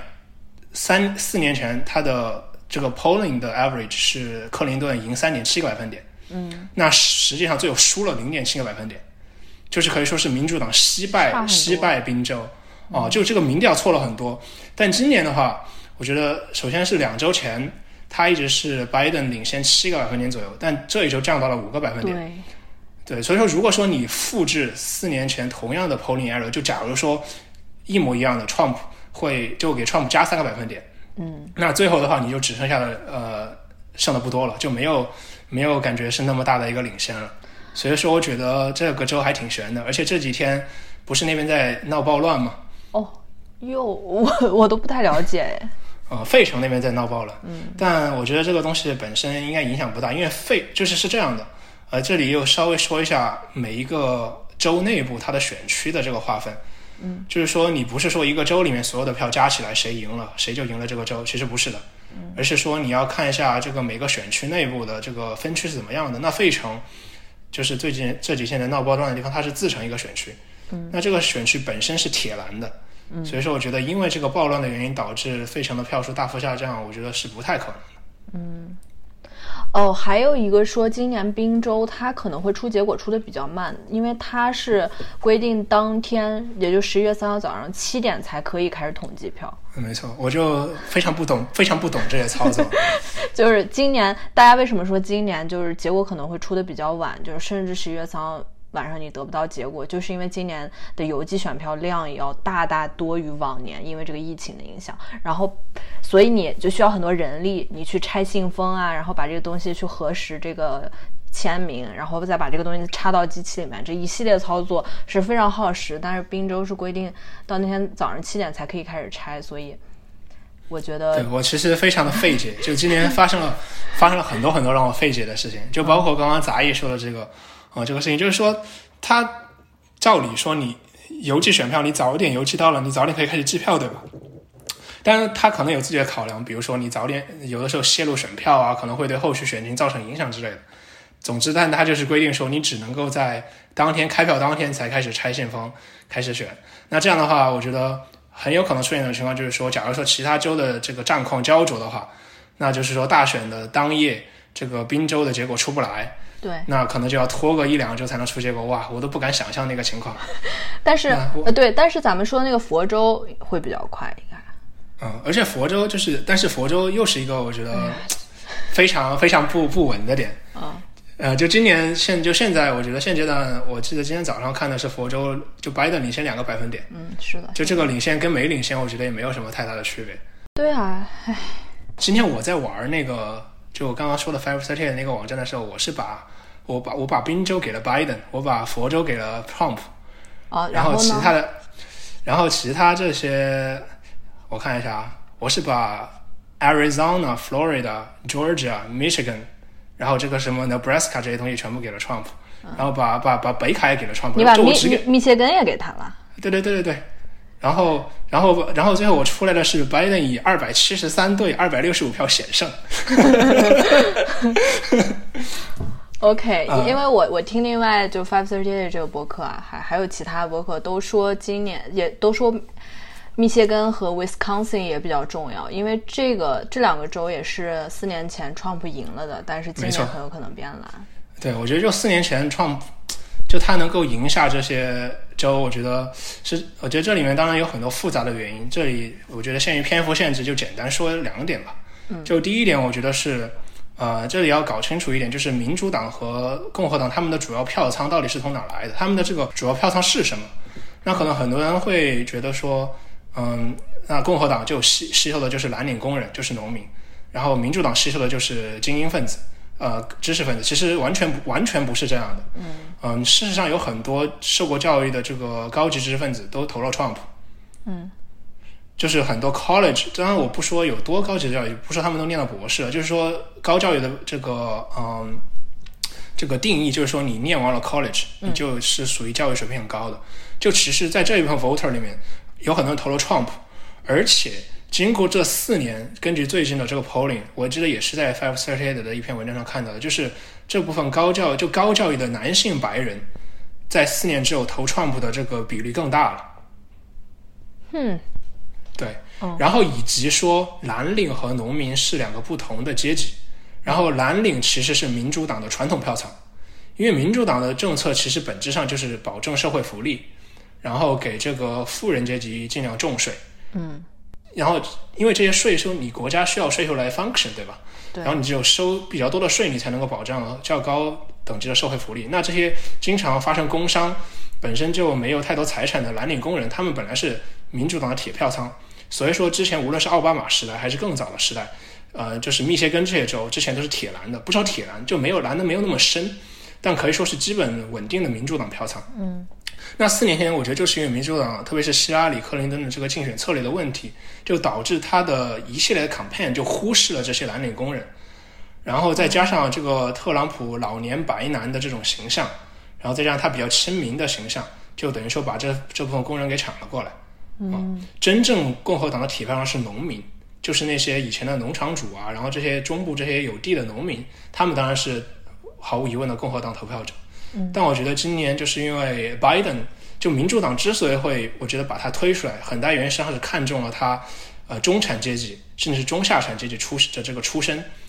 4年前它的这个 polling 的 average 是克林顿赢3.7个百分点。那实际上最后输了0.7个百分点，就是可以说是民主党惜败宾州。就这个民调错了很多。但今年的话，我觉得首先是2周前他一直是 Biden 领先7个百分点左右，但这一周降到了5个百分点。对，所以说如果说你复制4年前同样的 polling error， 就假如说一模一样的 Trump 就给 Trump 加3个百分点。那最后的话你就只剩下了剩的不多了，就没有感觉是那么大的一个领先了。所以说我觉得这个州还挺悬的，而且这几天不是那边在闹暴乱吗？ 我都不太了解。 费城那边在闹暴乱。但我觉得这个东西本身应该影响不大，因为是这样的。这里又稍微说一下每一个州内部它的选区的这个划分。就是说你不是说一个州里面所有的票加起来谁赢了谁就赢了这个州，其实不是的。而是说你要看一下这个每个选区内部的这个分区是怎么样的。那费城就是最近这几天的闹暴乱的地方，它是自成一个选区。那这个选区本身是铁蓝的。所以说我觉得因为这个暴乱的原因导致费城的票数大幅下降，我觉得是不太可能的。 哦，还有一个说今年宾州它可能会出结果出的比较慢，因为它是规定当天，也就11月3号早上7点才可以开始统计票。 没错，我就非常不懂这些操作。 就是今年大家为什么说今年就是结果可能会出的比较晚，就是甚至11月3号晚上你得不到结果，就是因为今年的邮寄选票量也要大大多于往年，因为这个疫情的影响，然后所以你就需要很多人力，你去拆信封啊，然后把这个东西去核实这个签名，然后再把这个东西插到机器里面，这一系列操作是非常耗时。但是宾州是规定到那天早上7点才可以开始拆，所以我觉得对我其实非常的费解，就今年发生了很多很多让我费解的事情，就包括刚刚杂艺说的这个这个事情，就是说他照理说你邮寄选票你早一点邮寄到了，你早点可以开始计票，对吧？但是他可能有自己的考量，比如说你早点有的时候泄露选票啊，可能会对后续选情造成影响之类的。总之，但他就是规定说你只能够在当天开票当天才开始拆信封开始选。那这样的话，我觉得很有可能出现的情况就是说，假如说其他州的这个战况焦灼的话，那就是说大选的当夜这个宾州的结果出不来， 对， 那可能就要拖个1-2周才能出结果。哇，我都不敢想象那个情况。 但是对，但是咱们说那个佛州会比较快，应该。 而且佛州但是佛州又是一个我觉得非常非常不稳的点。就今年现在，我觉得现阶段，我记得今天早上看的是佛州就拜登领先2个百分点。 是的。 就这个领先跟没领先，我觉得也没有什么太大的区别。 对啊， 今天我在玩那个就我刚刚说的 538 那个网站的时候，我把宾州给了拜登，我把佛州给了 Trump。然后其他这些我看一下啊，我是把 Arizona、Florida、Georgia、Michigan， 然后这个什么 Nebraska 这些东西全部给了 Trump，然后把北卡也给了 Trump。 你把密歇根也给他了？ 对。然后最后我出来的是拜登以273对265票险胜。 OK，因为我听另外就538这个博客啊，还有其他博客都说今年也都说密歇根和 Wisconsin 也比较重要，因为这两个州也是4年前 Trump 赢了的，但是今年很有可能变蓝。 对，我觉得就4年前 Trump 就他能够赢下这些州，我觉得这里面当然有很多复杂的原因，这里我觉得限于篇幅限制就简单说2点吧。就第一点，我觉得是这里要搞清楚一点，就是民主党和共和党他们的主要票仓到底是从哪来的，他们的这个主要票仓是什么。那可能很多人会觉得说那共和党就吸收的就是蓝领工人，就是农民，然后民主党吸收的就是精英分子知识分子。其实完全不是这样的。事实上有很多受过教育的这个高级知识分子都投了 Trump。就是很多 college， 当然我不说有多高级的教育，不说他们都念到博士了，就是说高教育的这个定义，就是说你念完了 college， 你就是属于教育水平很高的。就其实在这一部分 voter 里面有很多人投了 Trump， 而且经过这4年，根据最近的这个 polling， 我记得也是在538的一篇文章上看到的，就是这部分高教育的男性白人在4年之后投 Trump 的这个比例更大了。对，然后以及说蓝领和农民是2个不同的阶级，然后蓝领其实是民主党的传统票仓，因为民主党的政策其实本质上就是保证社会福利，然后给这个富人阶级尽量重税。然后因为这些税收你国家需要税收来 function， 对吧？ 对。 然后你只有收比较多的税，你才能够保障较高等级的社会福利。那这些经常发生工伤本身就没有太多财产的蓝领工人，他们本来是民主党的铁票仓。所以说之前无论是奥巴马时代还是更早的时代，就是密歇根这些州之前都是铁蓝的，不说铁蓝就没有蓝的没有那么深，但可以说是基本稳定的民主党票仓。那4年前我觉得就是因为民主党特别是希拉里克林顿的这个竞选策略的问题，就导致他的一系列的 campaign 就忽视了这些蓝领工人，然后再加上这个特朗普老年白男的这种形象，然后再加上他比较亲民的形象，就等于说把这部分工人给抢了过来。真正共和党的铁票仓是农民，就是那些以前的农场主啊，然后这些中部这些有地的农民，他们当然是毫无疑问的共和党投票者。但我觉得今年就是因为拜登，就民主党之所以会我觉得把他推出来，很大原因实际上是看中了他中产阶级甚至是中下产阶级的这个出身，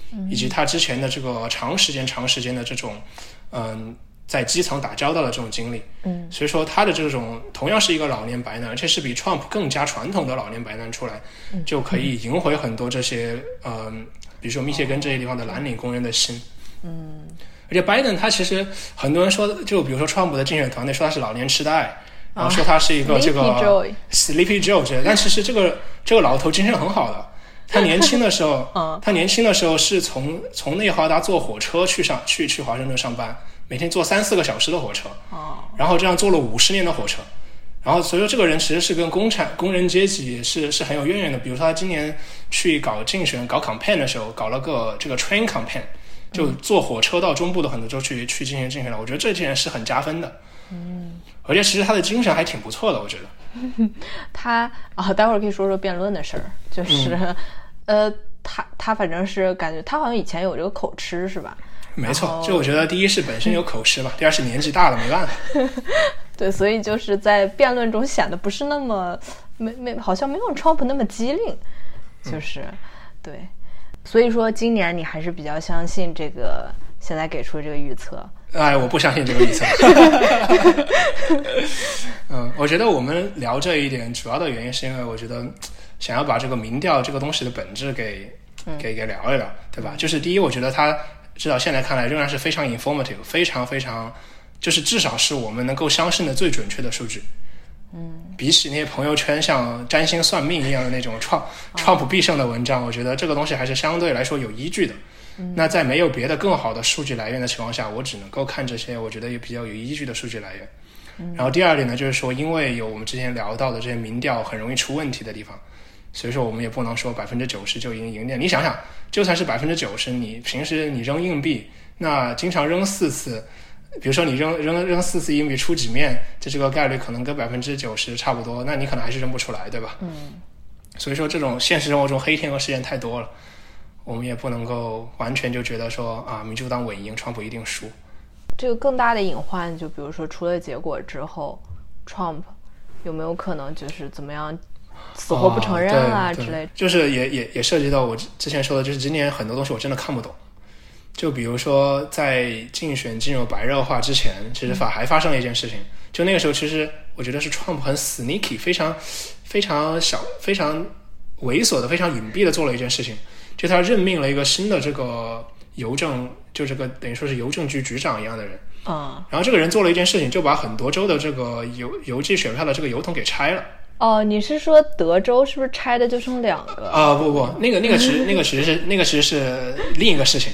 以及他之前的这个长时间的这种在基层打交道的这种经历，所以说他的这种同样是一个老年白男，而且是比 Trump 更加传统的老年白男出来，就可以赢回很多这些比如说密歇根这些地方的蓝领工人的心。而且拜登他其实很多人说，就比如说 Trump 的竞选团队说他是老年痴呆，然后说他是一个这个 Sleepy Joe， 但其实这个老头精神很好的。他年轻的时候，是从内华达坐火车去华盛顿上班，每天坐3-4个小时的火车，然后这样坐了50年的火车，然后所以说这个人其实是跟工人阶级是很有渊源的。比如说他今年去搞竞选搞 campaign 的时候，搞了个这个 train campaign， 就坐火车到中部的很多州去进行竞选了。我觉得这件是很加分的。而且其实他的精神还挺不错的，我觉得。 他待会儿可以说说辩论的事儿，就是他反正是感觉他好像以前有这个口吃是吧？ 没错，就我觉得第一是本身有口吃吧，第二是年纪大了没办法。 对，所以就是在辩论中显得不是那么好像没有 Trump 那么机灵，就是对。所以说今年你还是比较相信这个现在给出的这个预测？ 我不相信这个预测。我觉得我们聊这一点主要的原因是因为我觉得想要把这个民调这个东西的本质给聊一聊，对吧？就是第一，我觉得它直到现在看来仍然是非常 informative， 非常非常，就是至少是我们能够相信的最准确的数据。比起那些朋友圈像占星算命一样的那种Trump必胜的文章，我觉得这个东西还是相对来说有依据的。那在没有别的更好的数据来源的情况下，我只能够看这些我觉得也比较有依据的数据来源。然后第二点呢，就是说因为有我们之前聊到的这些民调很容易出问题的地方，所以说我们也不能说90%就赢定。你想想，就算是90%，你平时你扔硬币，那经常扔4次，比如说你扔4次硬币出几面，这个概率可能跟90%差不多，那你可能还是扔不出来，对吧？所以说这种现实生活中黑天鹅事件太多了，我们也不能够完全就觉得说民主党稳赢，川普一定输。 这个更大的隐患，就比如说出了结果之后，Trump 有没有可能就是怎么样死活不承认之类的？ 就是也涉及到我之前说的，就是今年很多东西我真的看不懂。就比如说在竞选进入白热化之前，其实还发生了一件事情，就那个时候其实我觉得是 Trump 很 sneaky， 非常非常小非常猥琐的非常隐蔽的做了一件事情，就他任命了一个新的这个邮政，就这个等于说是邮政局局长一样的人。然后这个人做了一件事情，就把很多州的这个邮寄选票的这个邮筒给拆了。 你是说德州是不是拆的就剩2个？ 不，那个其实是另一个事情。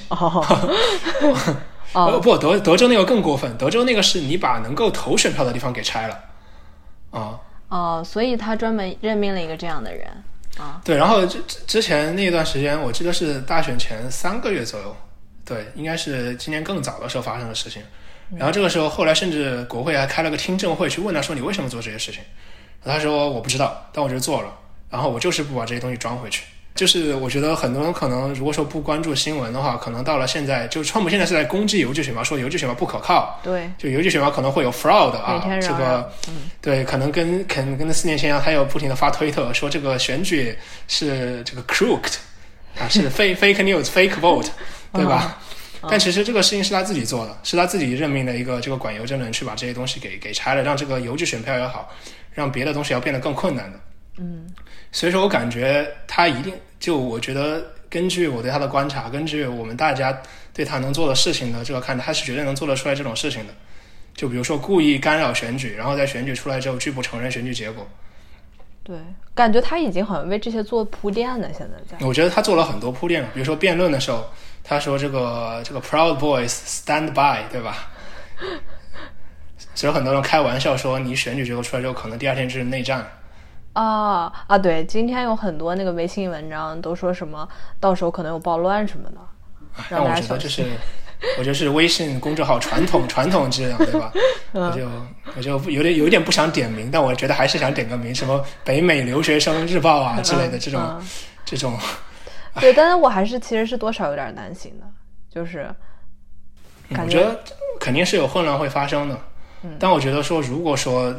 不，德州那个更过分，德州那个是你把能够投选票的地方给拆了。 所以他专门任命了一个这样的人。 对，然后之前那段时间，我记得是大选前3个月左右，对，应该是今年更早的时候发生的事情。然后这个时候，后来甚至国会还开了个听证会，去问他说你为什么做这些事情？他说我不知道，但我就做了，然后我就是不把这些东西装回去。就是我觉得很多人可能如果说不关注新闻的话，可能到了现在，就川普现在是在攻击邮寄选票，说邮寄选票不可靠， 对， 就邮寄选票可能会有 fraud 这个对，可能跟4年前一样，他又不停的发推特说这个选举是这个 crooked 是fake news fake vote 对吧？但其实这个事情是他自己做的，是他自己任命的一个这个管邮政的人去把这些东西给拆了，让这个邮寄选票也好，让别的东西要变得更困难的。所以说我感觉他一定，就我觉得根据我对他的观察，根据我们大家对他能做的事情的这个看，他是绝对能做得出来这种事情的。就比如说故意干扰选举，然后在选举出来之后拒不承认选举结果。 对，感觉他已经好像为这些做铺垫了。现在我觉得他做了很多铺垫了，比如说辩论的时候，他说这个 Proud Boys stand by， 对吧？所以很多人开玩笑说，你选举结果出来之后，可能第2天就是内战。 对，今天有很多那个微信文章都说什么到时候可能有暴乱什么的， 让我觉得我觉得是微信公众号传统质量，对吧？我就有点不想点名，但我觉得还是想点个名，什么北美留学生日报之类的这种。 对，但是我还是其实是多少有点担心的，就是我觉得肯定是有混乱会发生的。但我觉得说，如果说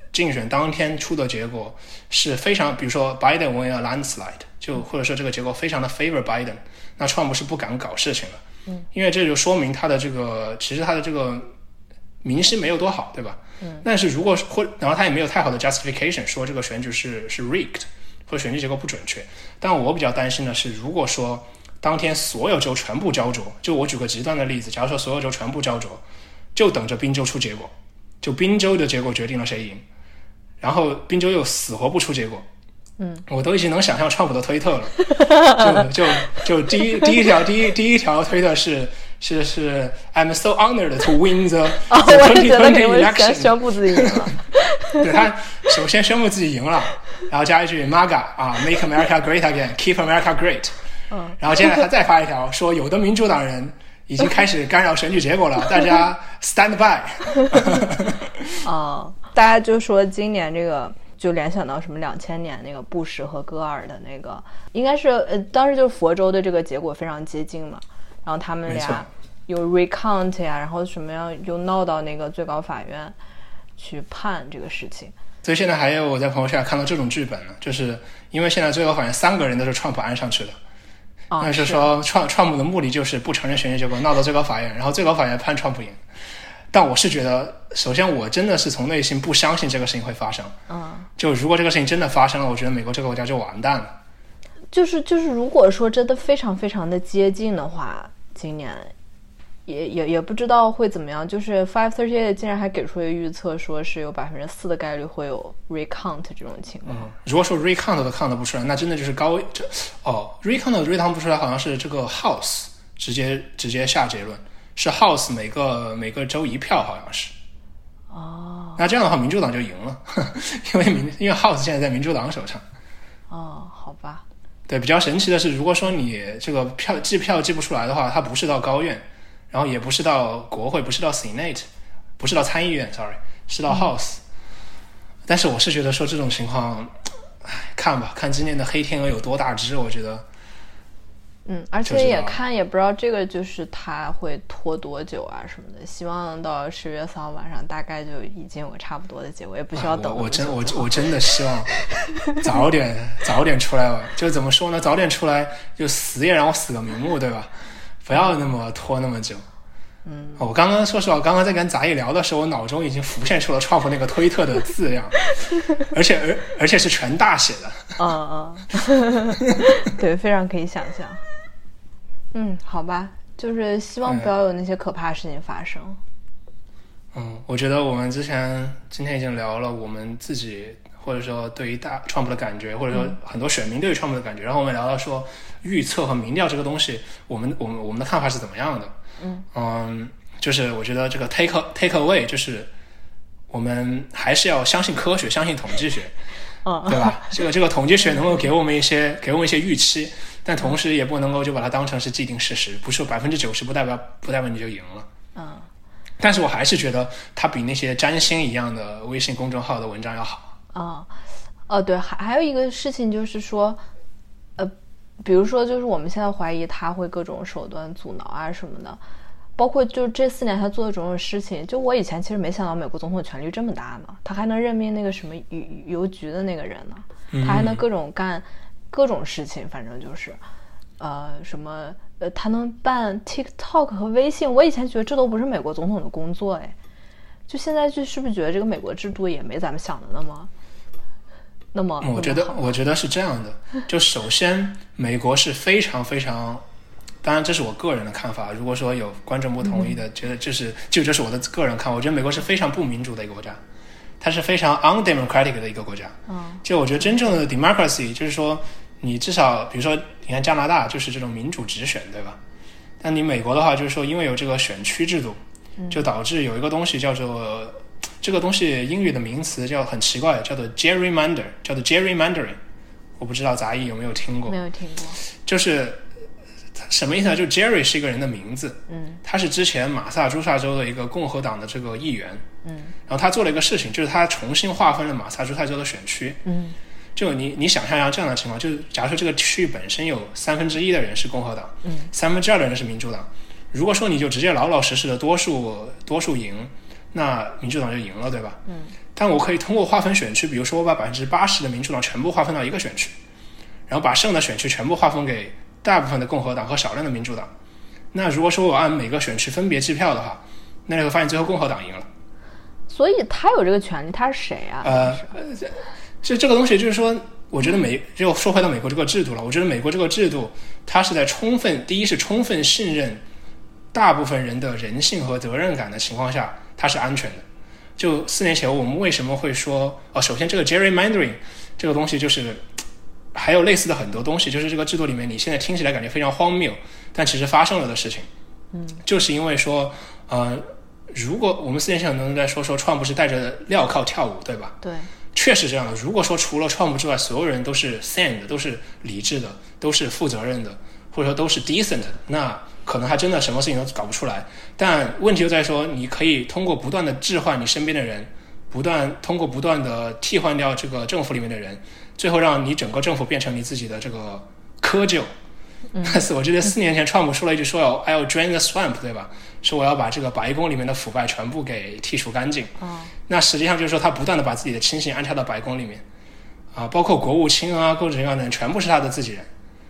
竞选当天出的结果是非常，比如说 Biden win a landslide， 就或者说这个结果非常的 favor Biden， 那川普是不敢搞事情了，因为这就说明他的这个其实他的这个民心没有多好，对吧？但是如果然后他也没有太好的 justification 说这个选举是 rigged 或者选举结果不准确。但我比较担心的是，如果说当天所有州全部焦灼，就我举个极端的例子，假如说所有州全部焦灼，就等着宾州出结果，就宾州的结果决定了谁赢，然后宾州又死活不出结果，我都已经能想象川普的推特了，就第一条推特是 I'm so honored to win the 2020 election， 宣布自己赢了。 对，他首先宣布自己赢了，然后加一句 MAGA 啊 ，Make America Great Again， Keep America Great。然后接下来他再发一条说，有的民主党人已经开始干扰选举结果了，大家 stand by。 大家就说今年这个。就联想到什么2000年那个布什和戈尔的那个，应该是当时就是佛州的这个结果非常接近嘛，然后他们俩有 recount 呀，然后什么样又闹到那个最高法院去判这个事情。 所以现在还有我在朋友圈看到这种剧本呢，就是因为现在最高法院3个人都是川普安上去的，那是说川普的目的就是不承认选举结果，闹到最高法院，然后最高法院判川普赢。但我是觉得，首先我真的是从内心不相信这个事情会发生。就如果这个事情真的发生了，我觉得美国这个国家就完蛋了。 就是如果说真的非常非常的接近的话，今年也不知道会怎么样。就是 538竟然还给出一个预测，说是有4%的概率会有 recount 这种情况。 如果说 recount 都 count 不出来，那真的就是recount 都 recount 不出来，好像是这个 House 直接下结论。是 House 每个州1票，好像是。那这样的话，民主党就赢了，因为 House 现在在民主党手上。 好吧。 对，比较神奇的是，如果说你这个票寄不出来的话，它不是到高院，然后也不是到国会，不是到 Senate， 不是到参议院 ，sorry， 是到 House。但是我是觉得说这种情况，看吧，看今年的黑天鹅有多大只，我觉得。 而且也不知道这个就是他会拖多久啊什么的，希望到10月4号晚上大概就已经有个差不多的结果，也不需要等我真的希望早点出来吧，就怎么说呢，早点出来就死也让我死个瞑目，对吧？不要那么拖那么久。我刚刚说实话，我刚刚在跟杂艺聊的时候，我脑中已经浮现出了川普那个推特的字样，而且是全大写的。 对，非常可以想象。好吧，就是希望不要有那些可怕的事情发生。 我觉得我们今天已经聊了我们自己，或者说对于川普的感觉，或者说很多选民对于川普的感觉，然后我们聊到说预测和民调这个东西，我们的看法是怎么样的。就是我觉得这个 take away 就是我们还是要相信科学，相信统计学，对吧？这个统计学能够给我们一些预期。但同时也不能够就把它当成是既定事实，不是90%不代表你就赢了。但是我还是觉得它比那些占星一样的微信公众号的文章要好。 对，还有一个事情就是说，比如说就是我们现在怀疑他会各种手段阻挠啊什么的，包括就这4年他做的种种事情，就我以前其实没想到美国总统权力这么大呢，他还能任命那个什么邮局的那个人呢，他还能各种干各种事情，反正就是什么他能办 TikTok 和微信，我以前觉得这都不是美国总统的工作，就现在就是不是觉得这个美国制度也没咱们想的那么我觉得是这样的，就首先美国是非常非常，当然这是我个人的看法，如果说有观众不同意的，觉得这是我的个人看法，我觉得美国是非常不民主的一个国家，它是非常 undemocratic 的一个国家。就我觉得真正的 democracy 就是说你至少比如说你看加拿大就是这种民主直选，对吧？但你美国的话就是说因为有这个选区制度，就导致有一个东西叫做这个东西英语的名词叫很奇怪，叫做 gerrymander， 叫做 gerrymandering， 我不知道杂艺有没有听过。 没有听过。 就是什么意思呢？就 Jerry 是一个人的名字，他是之前马萨诸塞州的一个共和党的这个议员，然后他做了一个事情，就是他重新划分了马萨诸塞州的选区，就你想象一下这样的情况，就是假如说这个区域本身有1/3的人是共和党，2/3的人是民主党，如果说你就直接老老实实的多数赢，那民主党就赢了，对吧？ 但我可以通过划分选区，比如说我把80%的民主党全部划分到一个选区，然后把剩的选区全部划分给大部分的共和党和少量的民主党。那如果说我按每个选区分别计票的话，那你会发现最后共和党赢了。 所以他有这个权利，他是谁啊？ 这个东西就是说，我觉得就说回到美国这个制度了。我觉得美国这个制度，它是在第一是充分信任大部分人的人性和责任感的情况下，它是安全的。就4年前我们为什么会说首先这个 gerrymandering 这个东西，就是还有类似的很多东西，就是这个制度里面你现在听起来感觉非常荒谬，但其实发生了的事情。就是因为说如果我们4年前很多人在说川普是带着镣铐跳舞，对吧？ 对， 确实这样的。如果说除了川普之外，所有人都是 sane 的，都是理智的，都是负责任的，或者说都是 decent 的，那可能还真的什么事情都搞不出来。但问题就在说，你可以通过不断的置换你身边的人，通过不断的替换掉这个政府里面的人，最后让你整个政府变成你自己的这个窠臼。但是我记得4年前川普说了一句说I will drain the swamp， 对吧？说我要把这个白宫里面的腐败全部给剔除干净。那实际上就是说他不断的把自己的亲信安插到白宫里面包括国务卿啊，各种各样的人全部是他的自己人。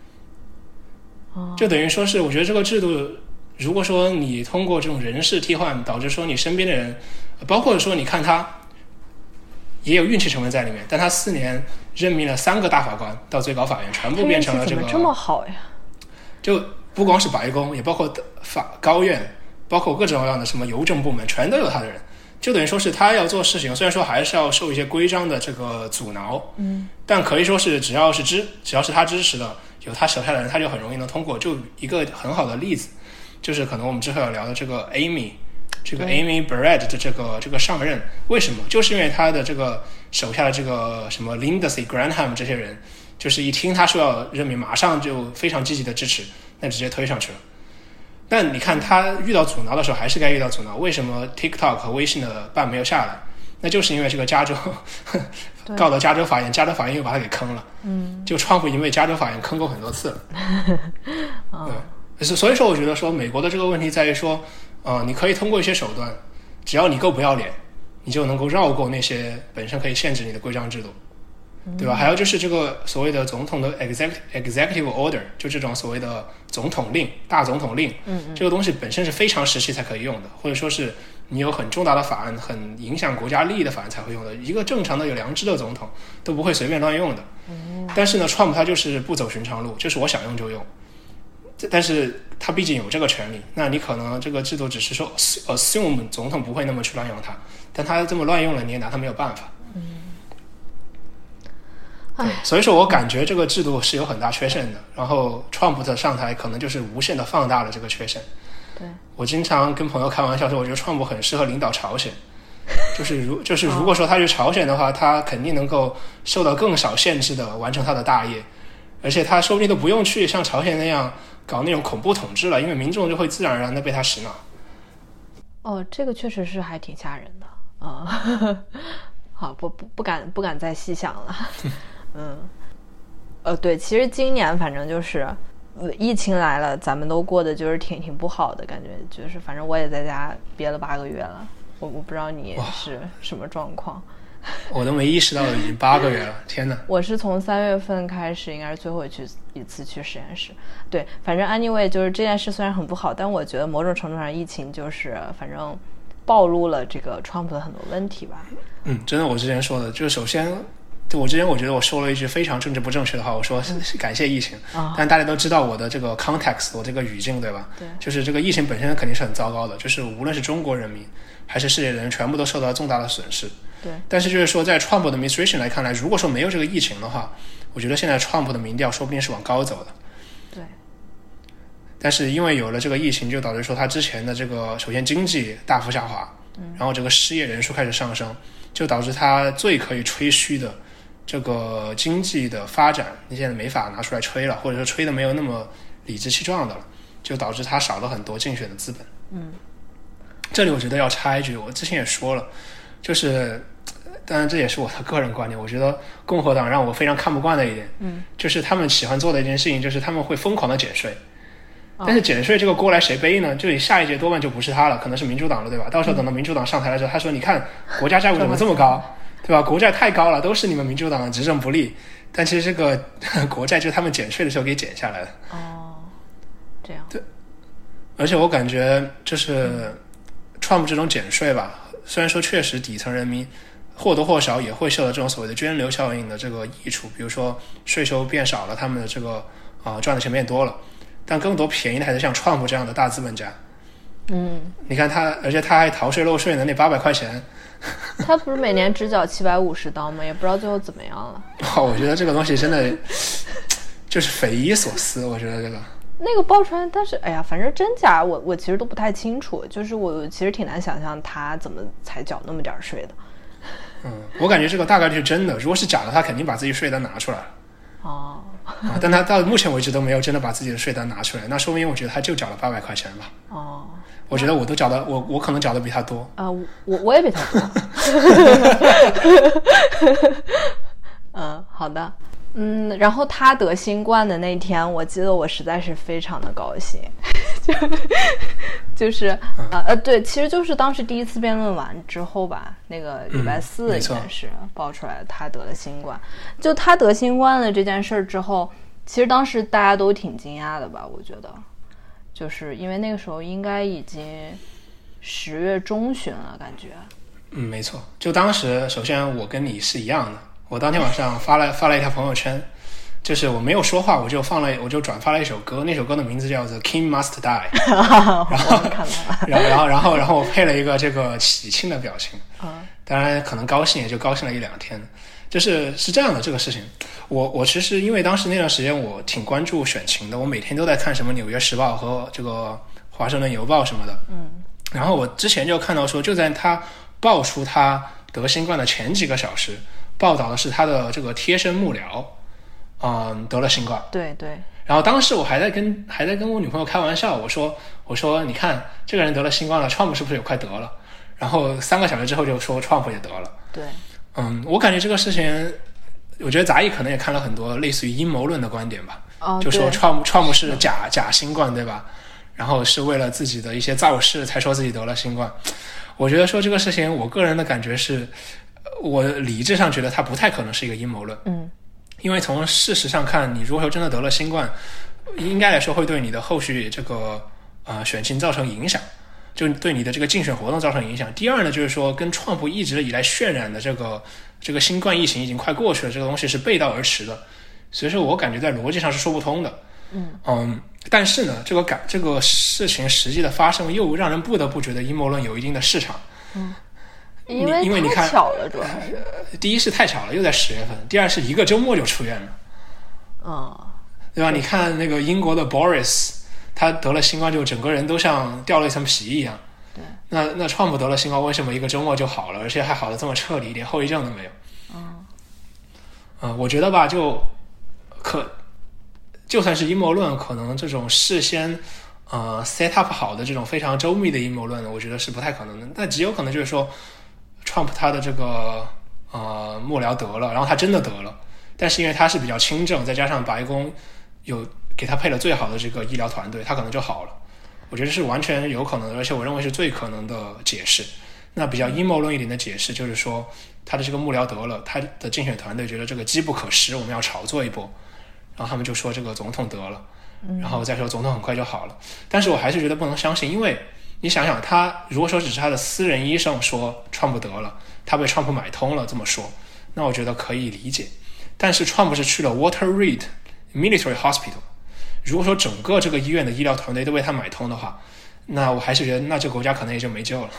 就等于说是我觉得这个制度，如果说你通过这种人事替换导致说你身边的人，包括说你看他也有运气成分在里面，但他4年任命了3个大法官到最高法院，全部变成了这个。 怎么这么好呀？ 就不光是白宫，也包括高院，包括各种各样的什么邮政部门，全都有他的人。就等于说是他要做事情，虽然说还是要受一些规章的这个阻挠，但可以说是只要是他支持的，有他手下的人，他就很容易能通过。就一个很好的例子，就是可能我们之后要聊的这个 Amy Barrett 的这个上任，为什么？就是因为他的这个手下的这个什么 Lindsey Graham 这些人，就是一听他说要任命，马上就非常积极的支持，那直接推上去了。但你看他遇到阻挠的时候还是该遇到阻挠，为什么 TikTok 和微信的办没有下来？那就是因为这个加州告到加州法院，加州法院又把他给坑了。就川普已经被加州法院坑过很多次了。对，所以说我觉得说美国的这个问题在于说你可以通过一些手段，只要你够不要脸，你就能够绕过那些本身可以限制你的规章制度，对吧？还有就是这个所谓的总统的 executive order， 就这种所谓的总统令、大总统令，这个东西本身是非常时期才可以用的，或者说是你有很重大的法案、很影响国家利益的法案才会用的。一个正常的有良知的总统都不会随便乱用的。但是呢，川普他就是不走寻常路，就是我想用就用。但是他毕竟有这个权利，那你可能这个制度只是说 assume 总统不会那么去乱用它，但他这么乱用了，你也拿他没有办法。对，所以说我感觉这个制度是有很大缺陷的，然后川普的上台可能就是无限的放大了这个缺陷。 对， 我经常跟朋友开玩笑说，我觉得川普很适合领导朝鲜，就是如果说他去朝鲜的话，他肯定能够受到更少限制的完成他的大业，而且他说不定都不用去像朝鲜那样搞那种恐怖统治了，因为民众就会自然而然的被他洗脑。 这个确实是还挺吓人的好，不敢再细想了。对，其实今年反正就是疫情来了，咱们都过得就是挺不好的感觉，就是反正我也在家憋了8个月了，我不知道你是什么状况。 我都没意识到已经8个月了，天哪！ 我是从3月份开始，应该是最后一次去实验室。对，反正 anyway 就是这件事虽然很不好，但我觉得某种程度上疫情就是反正暴露了这个川普的很多问题吧。 真的，我之前说的就是首先。我之前我觉得我说了一句非常政治不正确的话，我说感谢疫情，但大家都知道我的这个 context， 我这个语境，对吧？ 对， 就是这个疫情本身肯定是很糟糕的，就是无论是中国人民还是世界人，全部都受到重大的损失。 对， 但是就是说，在 Trump 的 administration 来看来，如果说没有这个疫情的话，我觉得现在 Trump 的民调说不定是往高走的。 对， 但是因为有了这个疫情，就导致说他之前的这个首先经济大幅下滑，然后这个失业人数开始上升，就导致他最可以吹嘘的这个经济的发展，你现在没法拿出来吹了，或者说吹的没有那么理直气壮的了，就导致他少了很多竞选的资本。这里我觉得要插一句，我之前也说了，就是当然这也是我的个人观点，我觉得共和党让我非常看不惯的一点，就是他们喜欢做的一件事情，就是他们会疯狂的减税。但是减税这个锅来谁背呢？就你下一届多半就不是他了，可能是民主党了，对吧？到时候等到民主党上台的时候，他说你看国家债务怎么这么高， 对吧？国债太高了，都是你们民主党的执政不利。但其实这个国债就是他们减税的时候给减下来的。 哦，这样。 对，而且我感觉就是Trump这种减税吧，虽然说确实底层人民或多或少也会受到这种所谓的涓流效应的这个益处，比如说税收变少了，他们的这个赚的钱变多了，但更多便宜的还是像 Trump 这样的大资本家。你看他，而且他还逃税漏税呢，那800块钱。 他不是每年只缴750刀吗？也不知道最后怎么样了。 我觉得这个东西真的就是匪夷所思。我觉得这个那个爆出来，但是哎呀，反正真假我其实都不太清楚，就是我其实挺难想象他怎么才缴那么点税的。 我感觉这个大概率是真的，如果是假的，他肯定把自己税单拿出来了。但他到目前为止都没有真的把自己的税单拿出来，那说明我觉得他就缴了800块钱吧。我觉得我都缴的，我可能缴的比他多。 我也比他多。好的。然后他得新冠的那天，我记得我实在是非常的高兴。就是对，其实就是当时第一次辩论完之后吧，那个礼拜4应该是爆出来他得了新冠。就他得新冠的这件事之后，其实当时大家都挺惊讶的吧，我觉得。就是因为那个时候应该已经10月中旬了，感觉。 没错。就当时，首先我跟你是一样的，我当天晚上发了一条朋友圈，就是我没有说话，我就转发了一首歌，那首歌的名字叫做《King Must Die》。然后我配了一个这个喜庆的表情。当然可能高兴也就高兴了1-2天。是这样的，这个事情，我其实因为当时那段时间我挺关注选情的，我每天都在看什么《纽约时报》和这个《华盛顿邮报》什么的。然后我之前就看到说，就在他爆出他得新冠的前几个小时，报道的是他的这个贴身幕僚，得了新冠。 对。 然后当时我还在跟我女朋友开玩笑，我说你看这个人得了新冠了，Trump 是不是也快得了？然后3个小时之后就说 Trump 也得了。 对。 我感觉这个事情，我觉得杂艺可能也看了很多类似于阴谋论的观点吧。就说 Trump 是假新冠，对吧？然后是为了自己的一些造势才说自己得了新冠。我觉得说这个事情，我个人的感觉是，我理智上觉得它不太可能是一个阴谋论。因为从事实上看，你如果说真的得了新冠，应该来说会对你的后续这个选情造成影响。就对你的这个竞选活动造成影响。第二呢，就是说跟川普一直以来渲染的这个新冠疫情已经快过去了，这个东西是背道而驰的，所以说我感觉在逻辑上是说不通的。但是呢，这个事情实际的发生又让人不得不觉得阴谋论有一定的市场。 因为你看太巧了，主要是第一是太巧了，又在10月份；第二是一个周末就出院了。对吧？你看那个英国的 Boris。他得了新冠就整个人都像掉了一层皮一样。 对。 那川普得了新冠，为什么一个周末就好了，而且还好的这么彻底，一点后遗症都没有？我觉得吧，就算是阴谋论，可能这种事先set up 好的这种非常周密的阴谋论，我觉得是不太可能的。但极有可能就是说 ，Trump 他的这个幕僚得了，然后他真的得了，但是因为他是比较轻症，再加上白宫有给他配了最好的这个医疗团队，他可能就好了。我觉得是完全有可能的，而且我认为是最可能的解释。那比较阴谋论一点的解释就是说，他的这个幕僚得了，他的竞选团队觉得这个机不可失，我们要炒作一波，然后他们就说这个总统得了，然后再说总统很快就好了。但是我还是觉得不能相信，因为你想想，他如果说只是他的私人医生说川普得了，他被川普买通了这么说，那我觉得可以理解。但是川普是去了 Walter Reed Military Hospital， 如果说整个这个医院的医疗团队都被他买通的话，那我还是觉得那这个国家可能也就没救了。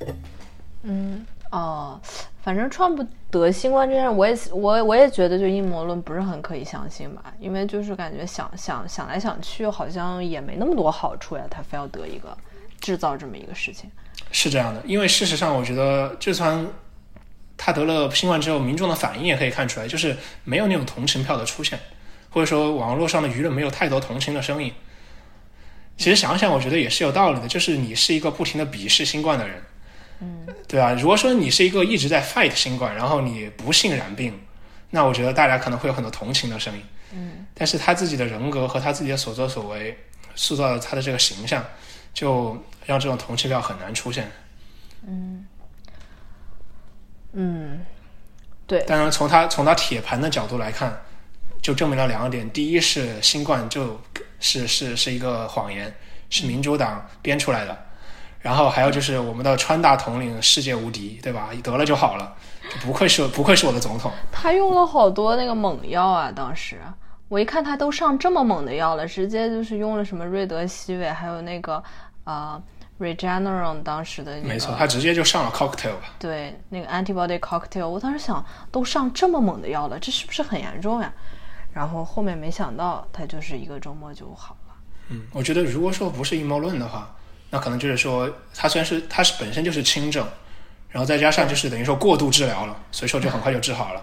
反正川普得新冠这件事，我也觉得就阴谋论不是很可以相信吧，因为就是感觉想来想去，好像也没那么多好处呀，他非要得一个制造这么一个事情。 是这样的，因为事实上我觉得就算他得了新冠之后，民众的反应也可以看出来，就是没有那种同情票的出现，或者说网络上的舆论没有太多同情的声音。其实想想我觉得也是有道理的，就是你是一个不停的鄙视新冠的人，对吧？如果说你是一个一直在 fight 新冠，然后你不幸染病，那我觉得大家可能会有很多同情的声音。但是他自己的人格和他自己的所作所为塑造了他的这个形象，就让这种同情票很难出现。 对， 当然从他铁盘的角度来看，就证明了2点。第一是新冠就是一个谎言，是民主党编出来的。然后还有就是我们的川大统领世界无敌，对吧？得了就好了，不愧是我的总统。 他用了好多那个猛药啊，当时我一看他都上这么猛的药了，直接就是用了什么瑞德西韦，还有那个Regeneron 当时的、那个、 没错，他直接就上了 cocktail 吧。 对，那个 antibody cocktail， 我当时想都上这么猛的药了，这是不是很严重呀？然后后面没想到他就是一个周末就好了。 我觉得如果说不是阴谋论的话，那可能就是说他虽然他是本身就是轻症，然后再加上就是等于说过度治疗了，所以说就很快就治好了。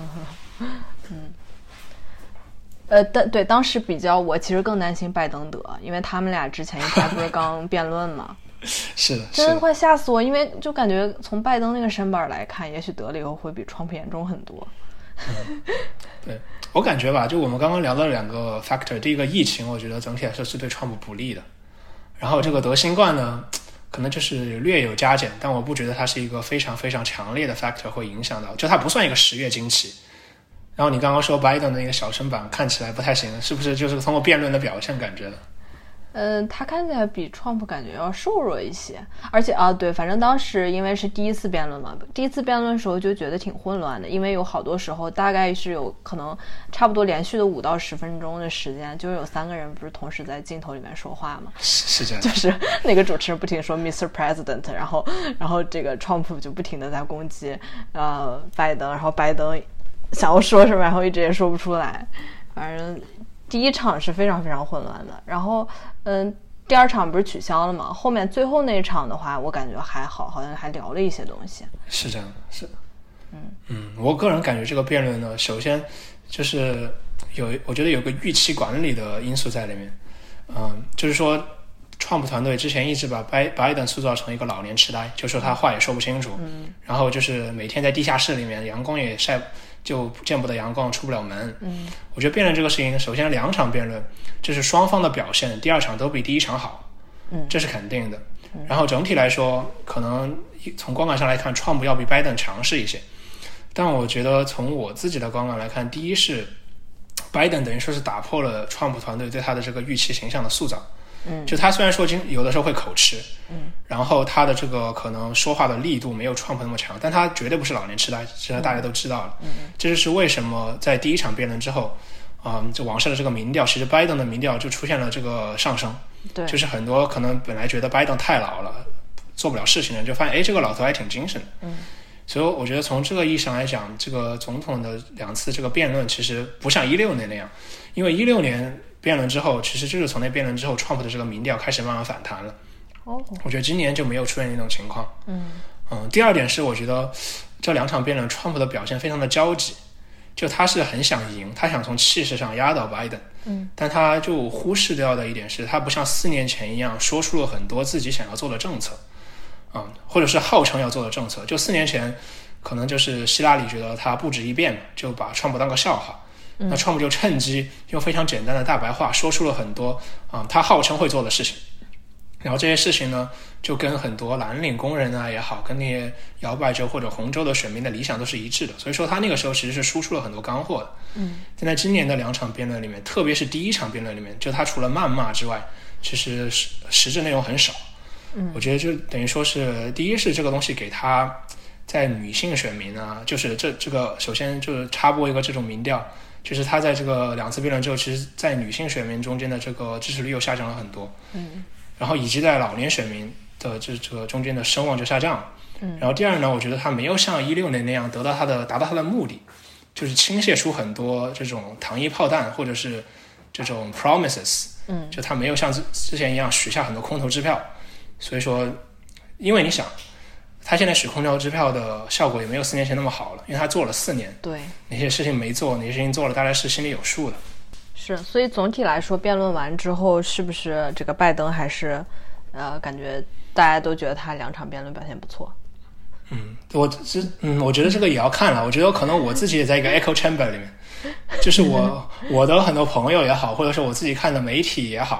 对，当时比较我其实更担心拜登得，因为他们俩之前一排不是刚辩论嘛。 是的， 真的快吓死我，因为就感觉从拜登那个身板来看，也许得了以后会比川普严重很多。 对，我感觉吧，就我们刚刚聊的2个 factor， 第一个疫情，我觉得整体来说是对川普不利的。然后这个得新冠呢，可能就是略有加减，但我不觉得它是一个非常非常强烈的 factor 会影响到，就它不算一个10月惊奇。然后你刚刚说拜登的那个小身板看起来不太行，是不是就是通过辩论的表现感觉的？ 他看起来比川普感觉要瘦弱一些，而且对，反正当时因为是第一次辩论嘛，第一次辩论的时候就觉得挺混乱的，因为有好多时候大概是有可能差不多连续的5到10分钟的时间，就是有3个人不是同时在镜头里面说话嘛， 是这样， 就是那个主持人不停说 Mr. President， 然后这个川普就不停的在攻击拜登，然后拜登想要说什么，然后一直也说不出来，反正。第一场是非常非常混乱的，然后第2场不是取消了吗？后面最后那一场的话，我感觉还好，好像还聊了一些东西。 是这样的，是。我个人感觉这个辩论呢，首先就是我觉得有个预期管理的因素在里面。就是说，川普团队之前一直把拜登塑造成一个老年痴呆，就说他话也说不清楚，然后就是每天在地下室里面，阳光也就见不得阳光，出不了门。我觉得辩论这个事情，首先2场辩论，就是双方的表现，第2场都比第1场好，这是肯定的。然后整体来说，可能从观感上来看，川普要比拜登强势一些。但我觉得从我自己的观感来看，第一是拜登等于说是打破了川普团队对他的这个预期形象的塑造。就他虽然说有的时候会口吃，然后他的这个可能说话的力度没有川普那么强，但他绝对不是老年痴呆，这大家都知道了。这就是为什么在第1场辩论之后，就网上的这个民调，其实拜登的民调就出现了这个上升。 对， 就是很多可能本来觉得拜登太老了，做不了事情的人，就发现这个老头还挺精神的。所以我觉得从这个意义上来讲，这个总统的2次这个辩论其实不像16年那样，因为16年辩论之后，其实就是从那辩论之后，川普的这个民调开始慢慢反弹了。我觉得今年就没有出现那种情况。第2点是，我觉得这2场辩论，川普的表现非常的焦急，就他是很想赢，他想从气势上压倒拜登。但他就忽视掉的一点是，他不像4年前一样说出了很多自己想要做的政策，或者是号称要做的政策。就4年前，可能就是希拉里觉得他不值一辩，就把川普当个笑话。那川普就趁机用非常简单的大白话说出了很多他号称会做的事情，然后这些事情呢，就跟很多蓝领工人也好，跟那些摇摆州或者红州的选民的理想都是一致的，所以说他那个时候其实是输出了很多干货的。但在今年的2场辩论里面，特别是第1场辩论里面，就他除了谩骂之外，其实实质内容很少。我觉得就等于说是，第一是这个东西给他在女性选民就是这个首先就是插播一个这种民调，就是他在这个2次辩论之后，其实在女性选民中间的这个支持率又下降了很多。然后以及在老年选民的这个中间的声望就下降了。然后第2呢，我觉得他没有像16年那样达到他的目的，就是倾泻出很多这种糖衣炮弹或者是这种 promises。就他没有像之前一样许下很多空头支票。所以说，因为你想，他现在许空头支票的效果也没有4年前那么好了，因为他做了4年， 对， 哪些事情没做，哪些事情做了，大家是心里有数的。 是，所以总体来说，辩论完之后，是不是这个拜登还是感觉大家都觉得他2场辩论表现不错？ 我觉得这个也要看了。我觉得可能我自己也在一个 echo chamber 里面，就是我的很多朋友也好，或者说我自己看的媒体也好，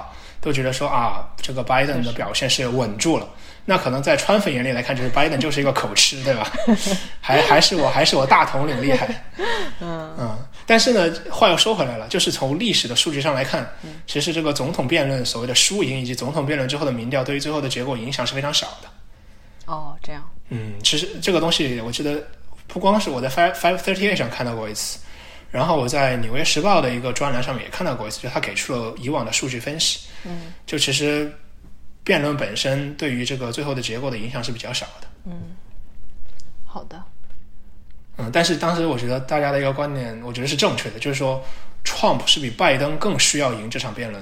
都觉得说啊，这个拜登的表现是稳住了。那可能在川粉眼里来看，就是拜登就是一个口吃，对吧？还是我大统领厉害。但是呢，话又说回来了，就是从历史的数据上来看，其实这个总统辩论所谓的输赢以及总统辩论之后的民调，对于最后的结果影响是非常少的。 哦，这样。 其实这个东西，我记得不光是我在 538 上看到过一次，然后我在《纽约时报》的一个专栏上面也看到过一次，就他给出了以往的数据分析。就其实辩论本身对于这个最后的结果的影响是比较少的。 好的。 但是当时我觉得大家的一个观点，我觉得是正确的，就是说 Trump 是比拜登更需要赢这场辩论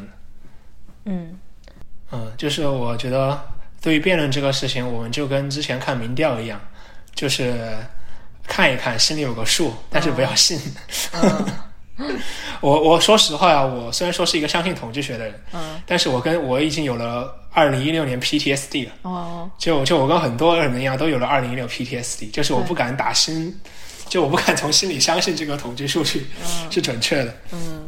的。就是我觉得对于辩论这个事情，我们就跟之前看民调一样，就是看一看，心里有个数，但是不要信。我说实话啊，我虽然说是一个相信统计学的人，但是我已经有了2016年 PTSD 了。就我跟很多人一样，都有了2016 PTSD， 就是我不敢打心，就我不敢从心里相信这个统计数据是准确的。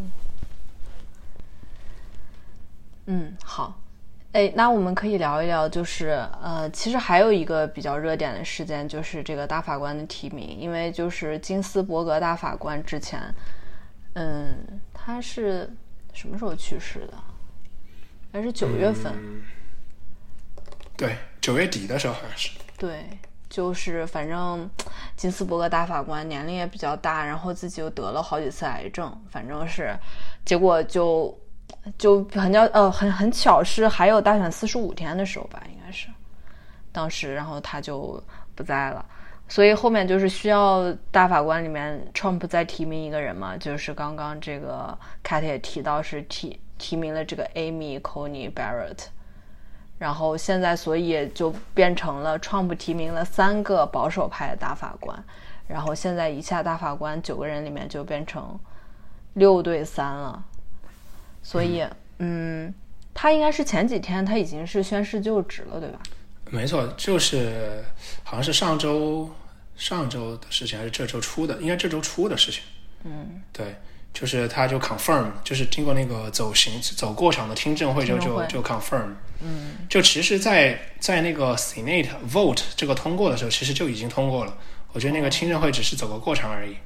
好。那我们可以聊一聊，就是其实还有一个比较热点的事件，就是这个大法官的提名。因为就是金斯伯格大法官之前，他是什么时候去世的？还是9月份？ 对，9月底的时候好像是。 对，就是反正金斯伯格大法官年龄也比较大，然后自己又得了好几次癌症，反正是结果就很巧是还有大选45天的时候吧，应该是当时，然后他就不在了，所以后面就是需要大法官里面 Trump 再提名一个人嘛，就是刚刚这个 Kat 也提到是提名了这个 Amy Coney Barrett， 然后现在所以就变成了 Trump 提名了3个保守派的大法官，然后现在以下大法官9个人里面就变成6对3了。所以他应该是前几天他已经是宣誓就职了，对吧？ 没错，就是好像是上周的事情还是这周初的，应该这周初的事情。对，就是他就 confirm， 就是经过那个走过场的听证会就 confirm。就其实在那个 Senate vote 这个通过的时候，其实就已经通过了。我觉得那个听证会只是走个过场而已。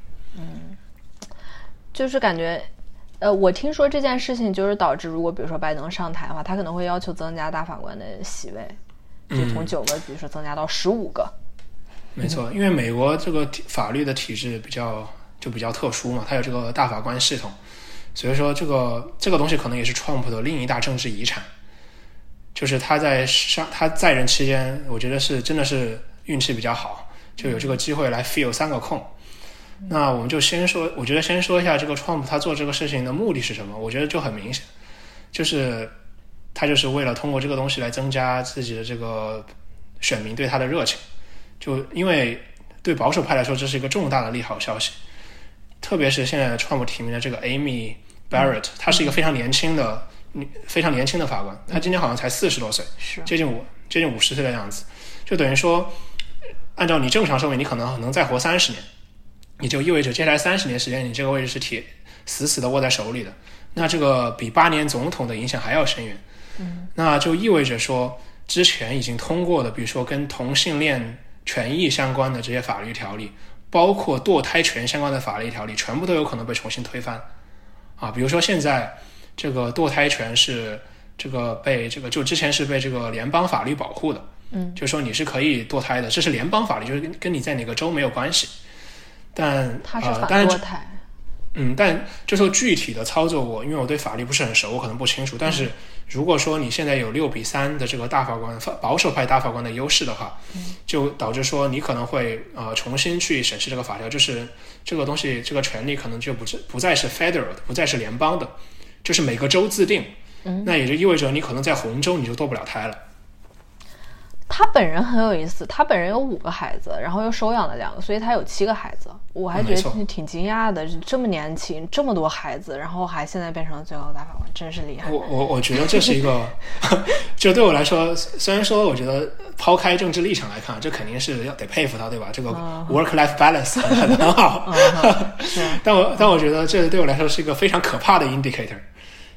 就是感觉我听说这件事情就是导致，如果比如说拜登上台的话，他可能会要求增加大法官的席位，就从9个比如说增加到15个。 没错，因为美国这个法律的体制比较特殊嘛，它有这个大法官系统，所以说这个东西可能也是 Trump 的另一大政治遗产，就是他在任期间，我觉得是真的是运气比较好，就有这个机会来 fill 3个空。那我们就我觉得先说一下这个 Trump 他做这个事情的目的是什么。我觉得就很明显，就是他就是为了通过这个东西来增加自己的这个选民对他的热情。就因为对保守派来说这是一个重大的利好消息，特别是现在 Trump 提名的这个 Amy Barrett， 她是一个非常年轻的法官，她今年好像才40多岁，接近50岁的样子，就等于说按照你正常寿命你可能再活30年，也就意味着接下来30年时间你这个位置是死死的握在手里的，那这个比8年总统的影响还要深远。那就意味着说之前已经通过的比如说跟同性恋权益相关的这些法律条例，包括堕胎权相关的法律条例，全部都有可能被重新推翻比如说现在这个堕胎权是就之前是被这个联邦法律保护的，就是说你是可以堕胎的，这是联邦法律，就是跟你在哪个州没有关系。但他是反堕胎。 但就说具体的操作因为我对法律不是很熟，我可能不清楚。但是如果说你现在有6-3的这个大法官保守派大法官的优势的话，就导致说你可能会重新去审视这个法条，就是这个东西这个权利可能就不再是 federal 的，不再是联邦的，就是每个州自定。那也就意味着你可能在红州你就堕不了胎了。 他本人很有意思，他本人有5个孩子，然后又收养了2个，所以他有7个孩子。我还觉得挺惊讶的，这么年轻，这么多孩子，然后还现在变成了最高大法官，真是厉害。 我觉得这是一个就对我来说，虽然说我觉得抛开政治立场来看，这肯定是得佩服他，对吧？这个 work-life balance 很好。但我觉得这对我来说是一个非常可怕的 indicator，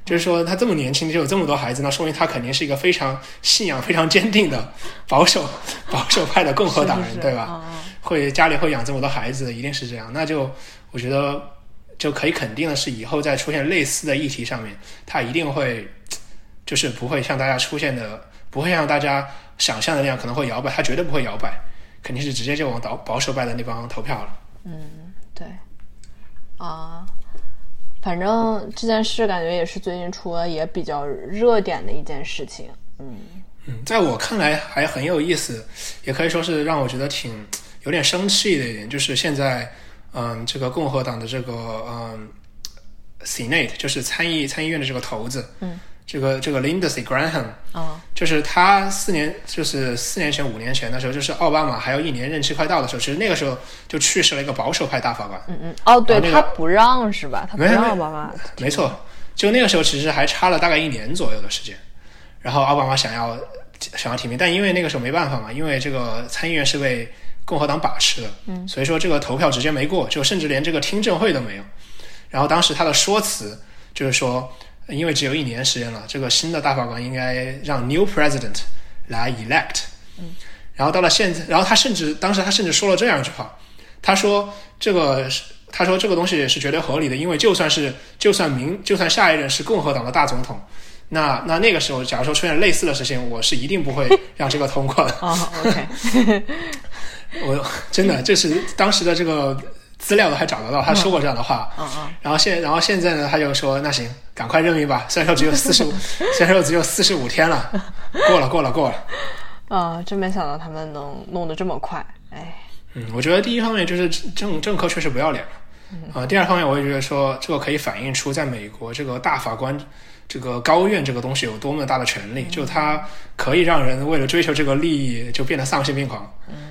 就是说他这么年轻就有这么多孩子，那说明他肯定是一个非常信仰非常坚定的保守派的共和党人， 是对吧？会家里会养这么多孩子，一定是这样。那就我觉得就可以肯定的是，以后再出现类似的议题上面，他一定会就是不会像大家想象的那样可能会摇摆，他绝对不会摇摆，肯定是直接就往保守派的那帮投票了。 对反正这件事感觉也是最近出了也比较热点的一件事情。 在我看来还很有意思，也可以说是让我觉得挺有点生气的一点，就是现在这个共和党的这个Senate 就是参议院的这个头子，这个 Lindsey Graham，就是他4年前5年前的时候，就是奥巴马还有1年任期快到的时候，其实那个时候就去世了一个保守派大法官。 对，他不让是吧？他不让奥巴马。 没错，就那个时候其实还差了大概1年左右的时间，然后奥巴马想要提名，但因为那个时候没办法嘛，因为这个参议院是被共和党把持的，所以说这个投票直接没过，就甚至连这个听证会都没有。然后当时他的说辞就是说，因为只有1年时间了，这个新的大法官应该让 new president 来 elect。然后到了现在，然后当时他甚至说了这样一句话，他说这个东西是绝对合理的，因为就算下一任是共和党的大总统，那个时候假如说出现类似的事情，我是一定不会让这个通过的。 OK 我真的就是当时的这个资料都还找得到，他说过这样的话。然后现在呢，他就说那行，赶快任命吧。虽然说只有45天了，过了。 真没想到他们能弄得这么快， 我觉得第一方面就是政客确实不要脸了。第二方面我也觉得说这个可以反映出在美国这个大法官这个高院这个东西有多么大的权力，就他可以让人为了追求这个利益就变得丧心病狂。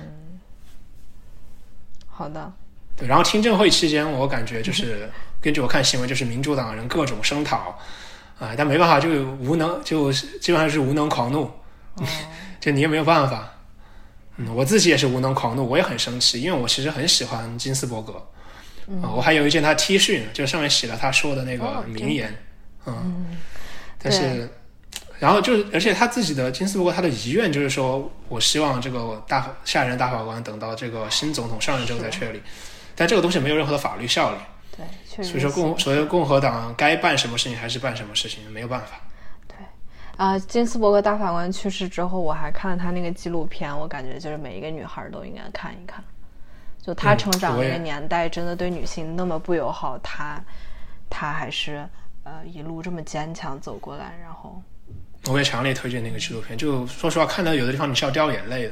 好的。 对，然后听证会期间我感觉就是根据我看新闻，就是民主党人各种声讨但没办法，就无能，就基本上是无能狂怒。就你也没有办法。我自己也是无能狂怒，我也很生气，因为我其实很喜欢金斯伯格。我还有一件他 T 恤，就上面写了他说的那个名言。但是然后就是而且他自己的金斯伯格他的遗愿就是说，我希望这个下一任大法官等到这个新总统上任之后再确立，但这个东西没有任何的法律效力。 对，确实。 所以说所谓共和党该办什么事情还是办什么事情，没有办法。 金斯伯格大法官去世之后，我还看了他那个纪录片，我感觉就是每一个女孩都应该看一看。就他成长那个年代真的对女性那么不友好，他还是一路这么坚强走过来。然后我也强烈推荐那个纪录片，就说实话看到有的地方你是要掉眼泪的。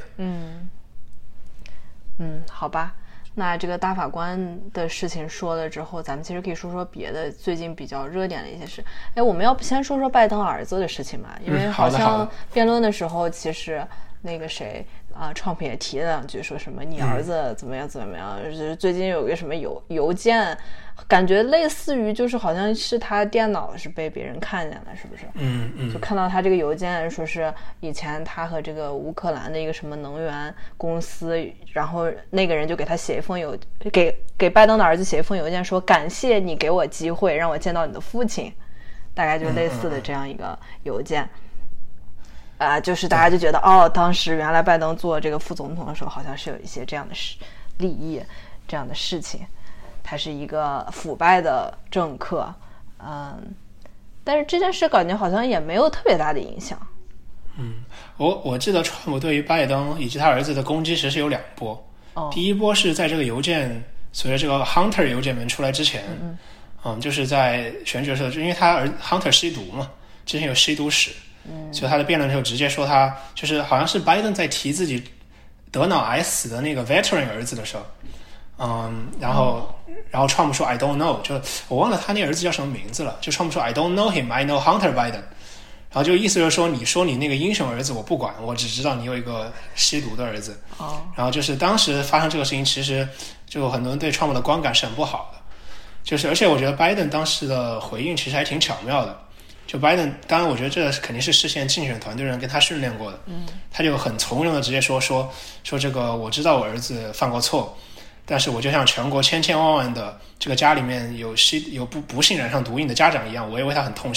好吧，那这个大法官的事情说了之后，咱们其实可以说说别的最近比较热点的一些事。我们要不先说说拜登儿子的事情嘛？因为好像辩论的时候，其实那个谁Trump 也提了2句，说什么你儿子怎么样，就是最近有个什么邮件，感觉类似于就是好像是他电脑是被别人看见了，是不是？就看到他这个邮件，说是以前他和这个乌克兰的一个什么能源公司，然后那个人就给他写一封给拜登的儿子写一封邮件，说感谢你给我机会让我见到你的父亲，大概就类似的这样一个邮件。就是大家就觉得当时原来拜登做这个副总统的时候，好像是有一些这样的利益这样的事情，他是一个腐败的政客。但是这件事感觉好像也没有特别大的影响。 我记得川普对于拜登以及他儿子的攻击其实是有2波。第一波是在这个邮件随着这个 Hunter 邮件门出来之前，就是在选举的时候，就因为他Hunter 吸毒嘛，之前有吸毒史。所以他的辩论就直接说他就是好像是拜登在提自己得脑癌死的那个 veteran 儿子的时候，然后Trump 说 I don't know， 就我忘了他那儿子叫什么名字了，就 Trump 说 I don't know him, I know Hunter Biden， 然后就意思就是说你说你那个英雄儿子我不管，我只知道你有一个吸毒的儿子。然后就是当时发生这个事情，其实就很多人对 Trump 的观感是很不好的，就是而且我觉得拜登当时的回应其实还挺巧妙的。就拜登，当然我觉得这肯定是事先竞选团队人跟他训练过的，他就很从容的直接说这个我知道我儿子犯过错，但是我就像全国千千万万的这个家里面有不幸染上毒瘾的家长一样，我也为他很痛心。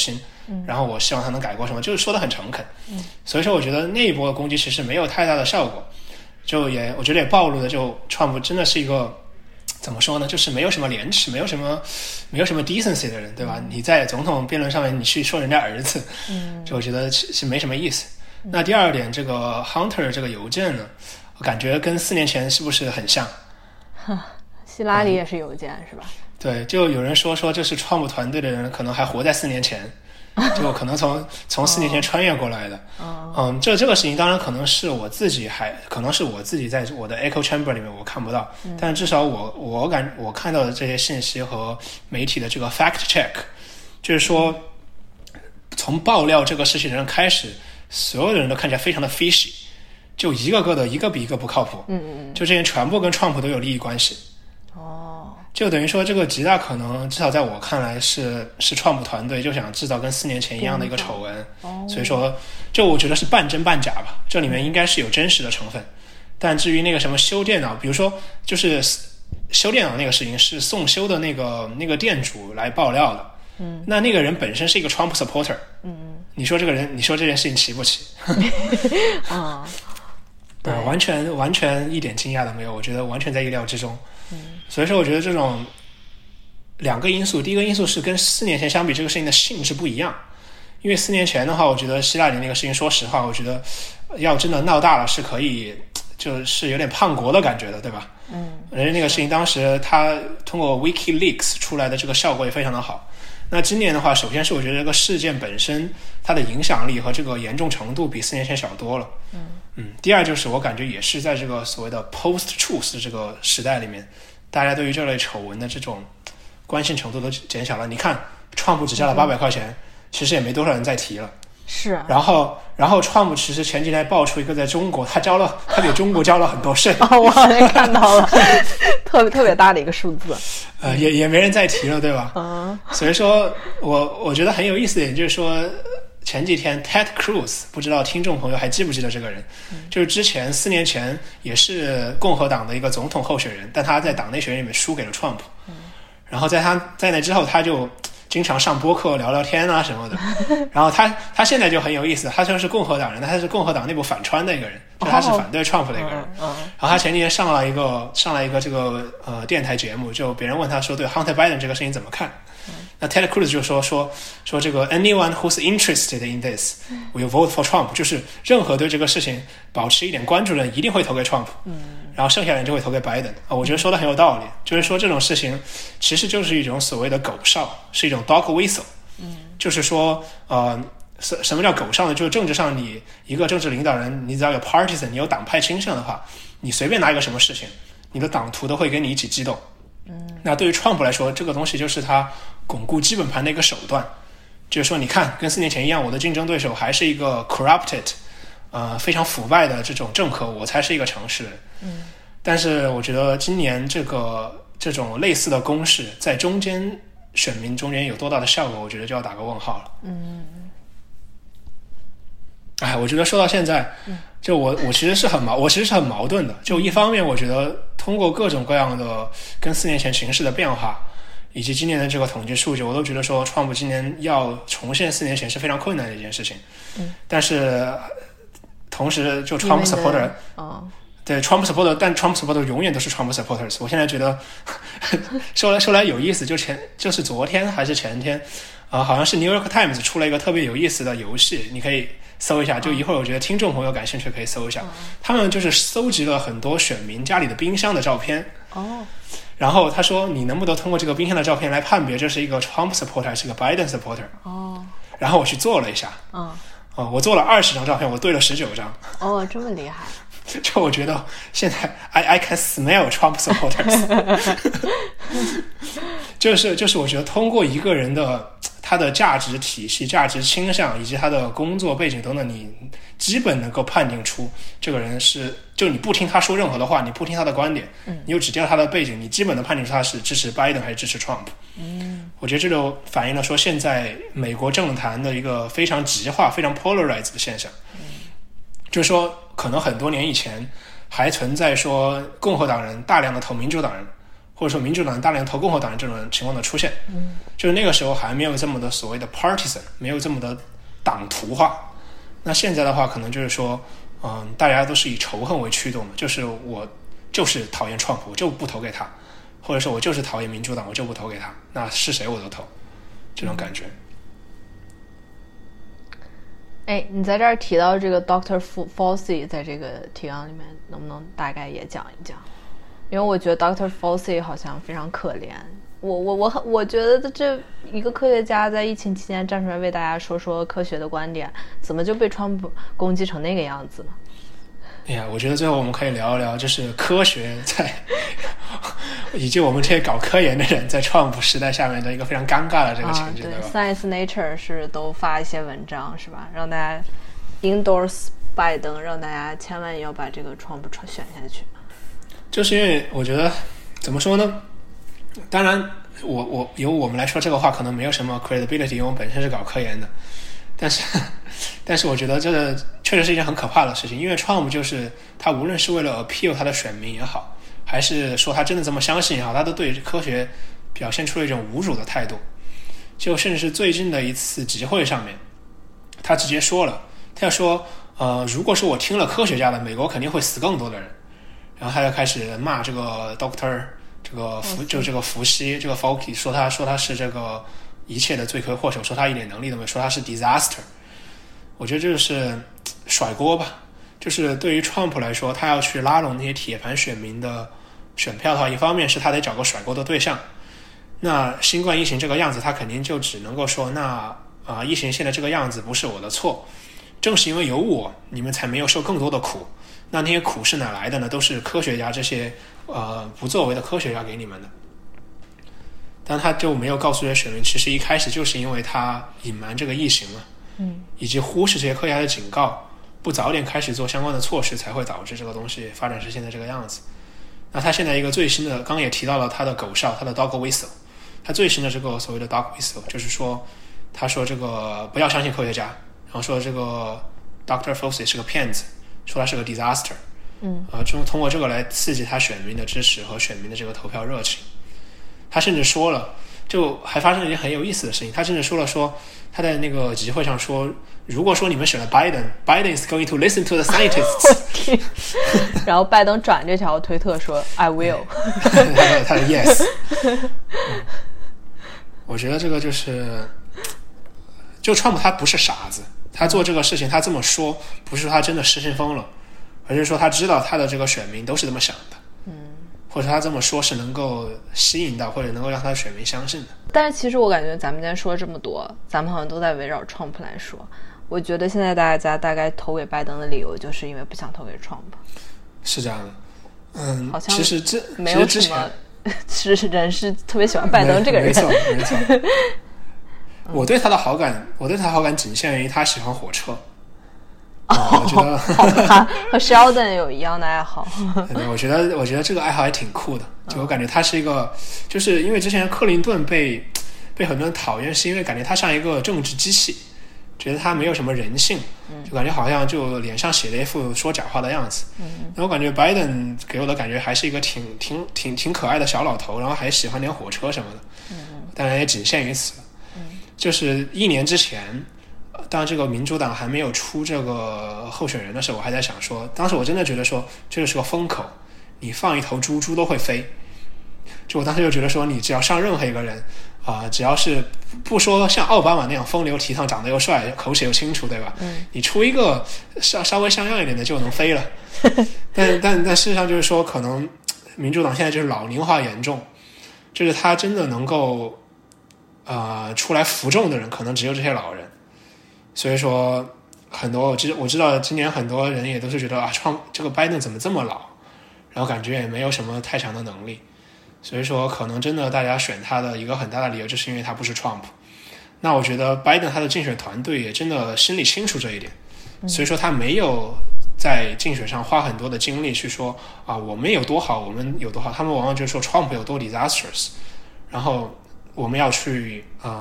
然后我希望他能改过什么，就是说的很诚恳。所以说我觉得那一波的攻击其实没有太大的效果，我觉得也暴露了就川普真的是一个怎么说呢，就是没有什么廉耻，没有什么 decency 的人，对吧？你在总统辩论上面你去说人家儿子，就我觉得是没什么意思。那第二点，这个 Hunter 这个邮件呢，我感觉跟4年前是不是很像？ 希拉里也是邮件、是吧？ 对，就有人说这是川普团队的人可能还活在4年前，就可能从4年前穿越过来的。这个事情当然可能是我自己在我的 echo chamber 里面我看不到，但至少我看到的这些信息和媒体的这个 fact check， 就是说从爆料这个事情的人开始，所有的人都看起来非常的 fishy， 就一个比一个不靠谱。就这些全部跟川普都有利益关系。就等于说这个极大可能，至少在我看来是川普团队就想制造跟4年前一样的一个丑闻。所以说就我觉得是半真半假吧，这里面应该是有真实的成分。但至于那个什么修电脑，比如说就是修电脑那个事情是送修的那个店主来爆料的。那个人本身是一个 Trump supporter。你说这件事情奇不奇？对，完全一点惊讶都没有，我觉得完全在意料之中。所以说我觉得这种两个因素，第一个因素是跟4年前相比，这个事情的性质不一样。因为4年前的话，我觉得希拉里那个事情，说实话，我觉得要真的闹大了是可以，就是有点叛国的感觉的，对吧？人家那个事情当时他通过 WikiLeaks 出来的这个效果也非常的好。那今年的话，首先是我觉得这个事件本身它的影响力和这个严重程度比4年前小多了。第二就是我感觉也是在这个所谓的 post truth 的这个时代里面，大家对于这类丑闻的这种关心程度都减小了。你看川普只交了800块钱，其实也没多少人再提了。 是。 然后川普其实前几天爆出一个在中国他给中国交了很多税。 我好像看到了特别大的一个数字。 也没人再提了，对吧？所以说我觉得很有意思的点就是说，前几天 Ted Cruz， 不知道听众朋友还记不记得这个人？就是之前4年前也是共和党的一个总统候选人，但他在党内选举里面输给了川普。然后在那之后，他就经常上播客聊聊天啊什么的。然后他现在就很有意思，他虽然是共和党人，但他是共和党内部反川的一个人，就他是反对川普的一个人。然后他前几天上了一个这个电台节目，就别人问他说对 Hunter Biden 这个事情怎么看？那 Ted Cruz 就说这个 anyone who's interested in this will vote for Trump， 就是任何对这个事情保持一点关注的人一定会投给 Trump， 然后剩下人就会投给 Biden。我觉得说的很有道理，就是说这种事情其实就是一种所谓的狗哨，是一种 dog whistle。就是说什么叫狗哨呢？就是政治上你一个政治领导人，你只要有 partisan， 你有党派倾向的话，你随便拿一个什么事情，你的党徒都会跟你一起激动。那对于川普来说，这个东西就是他巩固基本盘的一个手段，就是说你看跟4年前一样，我的竞争对手还是一个 corrupted 非常腐败的这种政客，我才是一个诚实人。但是我觉得今年这种类似的攻势在选民中间有多大的效果，我觉得就要打个问号了。我觉得说到现在，就我其实是很矛盾的。就一方面，我觉得通过各种各样的跟4年前形势的变化，以及今年的这个统计数据，我都觉得说川普今年要重现4年前是非常困难的一件事情。但是同时，就 Trump supporter， 对 Trump supporter， 但 Trump supporter 永远都是 Trump supporters。我现在觉得说来有意思，就是昨天还是前天，好像是 New York Times 出了一个特别有意思的游戏，你可以搜一下，就一会儿我觉得听众朋友感兴趣可以搜一下。他们就是搜集了很多选民家里的冰箱的照片。然后他说你能不能通过这个冰箱的照片来判别这是一个 Trump supporter 还是一个 Biden supporter。然后我去做了一下。我做了20张照片，我对了19张。 这么厉害。 就我觉得现在 I can smell Trump supporters。就是我觉得通过一个人的他的价值体系、价值倾向以及他的工作背景等等，你基本能够判定出这个人是，就你不听他说任何的话，你不听他的观点，你又只听他的背景，你基本能判定出他是支持 Biden 还是支持 Trump。我觉得这就反映了说现在美国政坛的一个非常极化、非常 polarized 的现象。就是说可能很多年以前还存在说共和党人大量的投民主党人， 或者说民主党大量投共和党人这种情况的出现。就是那个时候还没有这么的所谓的 partisan， 没有这么的党徒化。那现在的话可能就是说大家都是以仇恨为驱动的，就是我就是讨厌川普，我就不投给他，或者说我就是讨厌民主党，我就不投给他，那是谁我都投，这种感觉。 你在这儿提到这个 Dr. Fauci 在这个提纲里面，能不能大概也讲一讲？因为我觉得 Dr. Fauci 好像非常可怜。我觉得这一个科学家在疫情期间站出来为大家说科学的观点，怎么就被川普攻击成那个样子呢？ 我觉得最后我们可以聊一聊，就是科学在以及我们这些搞科研的人在川普时代下面的一个非常尴尬的这个情景， 对吧 ？Science Nature 是都发一些文章是吧，让大家 endorse 拜登，让大家千万要把这个川普选下去。 就是因为我觉得怎么说呢？当然我由我们来说这个话可能没有什么 credibility， 因为我本身是搞科研的，但是我觉得这个确实是一件很可怕的事情，因为 Trump 就是他无论是为了 appeal 他的选民也好，还是说他真的这么相信也好，他都对科学表现出了一种侮辱的态度。就甚至是最近的一次集会上面，他直接说了，他说如果是我听了科学家的，美国肯定会死更多的人。然后他就开始骂这个 Doctor 这个福西这个 Fauci， 说他是这个一切的罪魁祸首，说他一点能力都没有，说他是 disaster。我觉得这就是甩锅吧。就是对于 Trump 来说，他要去拉拢那些铁盘选民的选票的话，一方面是他得找个甩锅的对象。那新冠疫情这个样子，他肯定就只能够说，那疫情现在这个样子不是我的错，正是因为有我，你们才没有受更多的苦。那些苦是哪来的呢？都是科学家这些不作为的科学家给你们的。但他就没有告诉这些选民，其实一开始就是因为他隐瞒这个疫情嘛，以及忽视这些科学家的警告，不早点开始做相关的措施，才会导致这个东西发展成现在这个样子。那他现在一个最新的，刚刚也提到了他的狗哨，他的 dog whistle， 他最新的这个所谓的 dog whistle， 就是说，他说这个不要相信科学家，然后说这个 Dr. Fauci 是个骗子，说他是个 disaster， 通过这个来刺激他选民的支持和选民的这个投票热情。他甚至说了，就还发生了一件很有意思的事情，他甚至说了说他在那个集会上说，如果说你们选了 Biden is going to listen to the scientists 然后拜登转这条推特说 I will 他的 yes 我觉得这个就川普他不是傻子，他做这个事情他这么说不是说他真的失心疯了，而是说他知道他的这个选民都是这么想的，或者他这么说是能够吸引到或者能够让他的选民相信的。 但是其实我感觉咱们今天说了这么多，咱们好像都在围绕 Trump 来说。我觉得现在大家大概投给拜登的理由就是因为不想投给 Trump。 是这样的， 好像其实这没有什么是人是特别喜欢拜登这个人。 没错我对他的好感仅限于他喜欢火车。我觉得和 Sheldon 有一样的爱好。 我觉得这个爱好还挺酷的，就我感觉他是一个，就是因为之前克林顿被很多人讨厌，是因为感觉他像一个政治机器，觉得他没有什么人性，就感觉好像就脸上写了一副说假话的样子。那我感觉 Biden 给我的感觉还是一个挺可爱的小老头，然后还喜欢点火车什么的，当然也仅限于此。就是1年之前，当这个民主党还没有出这个候选人的时候，我还在想说，当时我真的觉得说这个是个风口，你放一头猪都会飞。就我当时就觉得说，你只要上任何一个人只要是不说像奥巴马那样风流倜傥，长得又帅，口齿又清楚，对吧？你出一个稍微像样一点的就能飞了。但事实上就是说，可能民主党现在就是老龄化严重，就是他真的能够出来服众的人，可能只有这些老人。所以说，很多我知道今年很多人也都是觉得这个拜登怎么这么老，然后感觉也没有什么太强的能力。所以说可能真的大家选他的一个很大的理由就是因为他不是 Trump。 那我觉得拜登他的竞选团队也真的心里清楚这一点，所以说他没有在竞选上花很多的精力去说我们有多好，我们有多好，他们往往就说 Trump 有多 disastrous， 然后我们要去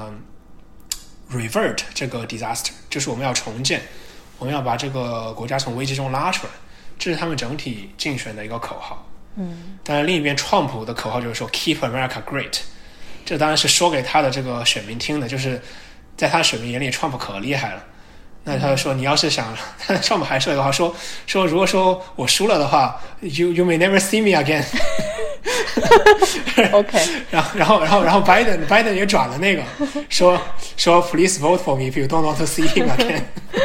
revert 这个 disaster， 就是我们要重建，我们要把这个国家从危机中拉出来，这是他们整体竞选的一个口号。 当然另一边 Trump 的口号就是说 Keep America Great， 这当然是说给他的这个选民听的，就是在他的选民眼里 Trump 可厉害了。那他就说，你要是想，Trump 还说一个话，说如果说我输了的话 ，you may never see me again 。 OK， 然后 Biden 也转了那个，说 Please vote for me if you don't want to see him again 。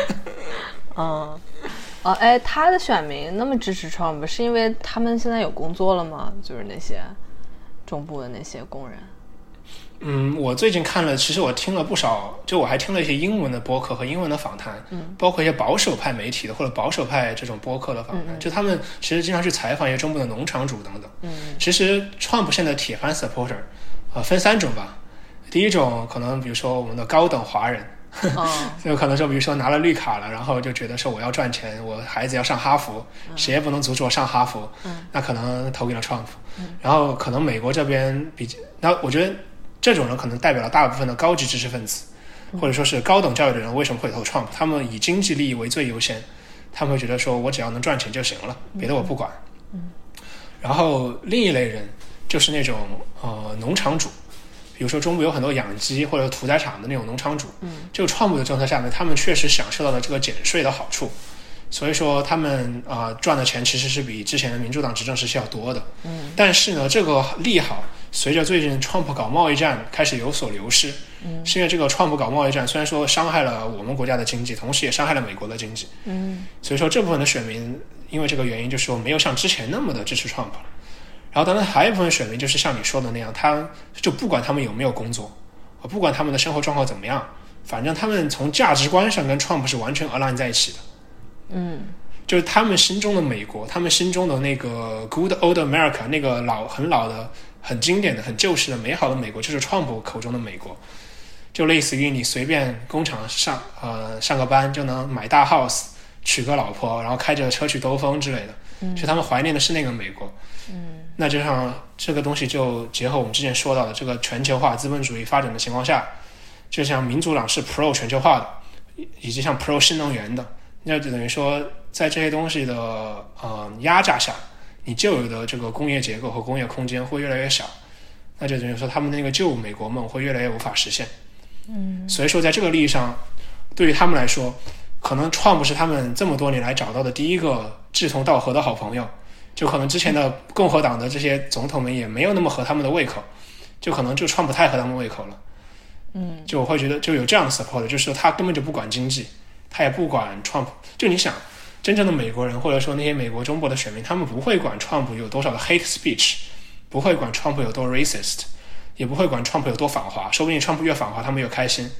他的选民那么支持 Trump， 是因为他们现在有工作了吗？就是那些中部的那些工人。 我最近看了，其实我听了不少，就我还听了一些英文的播客和英文的访谈，包括一些保守派媒体的或者保守派这种播客的访谈，就他们其实经常去采访一些中部的农场主等等。其实 Trump 现在铁杆 supporter，分3种吧。第一种可能比如说我们的高等华人，就可能说比如说拿了绿卡了，然后就觉得说我要赚钱，我孩子要上哈佛，谁也不能阻止我上哈佛，那可能投给了 Trump。然后可能美国这边那我觉得这种人可能代表了大部分的高级知识分子，或者说是高等教育的人，为什么会投 Trump？ 他们以经济利益为最优先，他们会觉得说我只要能赚钱就行了，别的我不管。然后另一类人就是那种农场主，比如说中部有很多养鸡或者屠宰场的那种农场主，就 Trump 的政策下面，他们确实享受到了这个减税的好处，所以说他们赚的钱其实是比之前的民主党执政时期要多的。但是呢，这个利好随着最近 Trump 搞贸易战开始有所流失，是因为这个 Trump 搞贸易战虽然说伤害了我们国家的经济，同时也伤害了美国的经济。所以说这部分的选民因为这个原因就是说没有像之前那么的支持 Trump 了。然后当然还有一部分选民就是像你说的那样，他就不管他们有没有工作，不管他们的生活状况怎么样，反正他们从价值观上跟 Trump 是完全 align 在一起的。就是他们心中的美国，他们心中的那个 Good Old America， 那个很老的、很经典的、很旧式的、美好的美国，就是 Trump 口中的美国。就类似于你随便工厂上个班就能买大 house， 娶个老婆，然后开着车去兜风之类的。就他们怀念的是那个美国。那就像这个东西就结合我们之前说到的这个全球化资本主义发展的情况下，就像民主党是 pro 全球化的，以及像 pro 新能源的。那就等于说在这些东西的压榨下，你旧有的这个工业结构和工业空间会越来越小，那就等于说他们的那个旧美国梦会越来越无法实现。所以说在这个利益上，对于他们来说，可能 Trump 是他们这么多年来找到的第一个志同道合的好朋友，就可能之前的共和党的这些总统们也没有那么合他们的胃口，就可能就 Trump 太合他们胃口了。就我会觉得就有这样的 support， 就是说他根本就不管经济，他也不管 Trump。就你想真正的美国人或者说那些美国中部的选民，他们不会管 Trump 有多少的 hate speech， 不会管 Trump 有多 racist， 也不会管 Trump 有多反华，说不定 Trump 越反华他们越开心。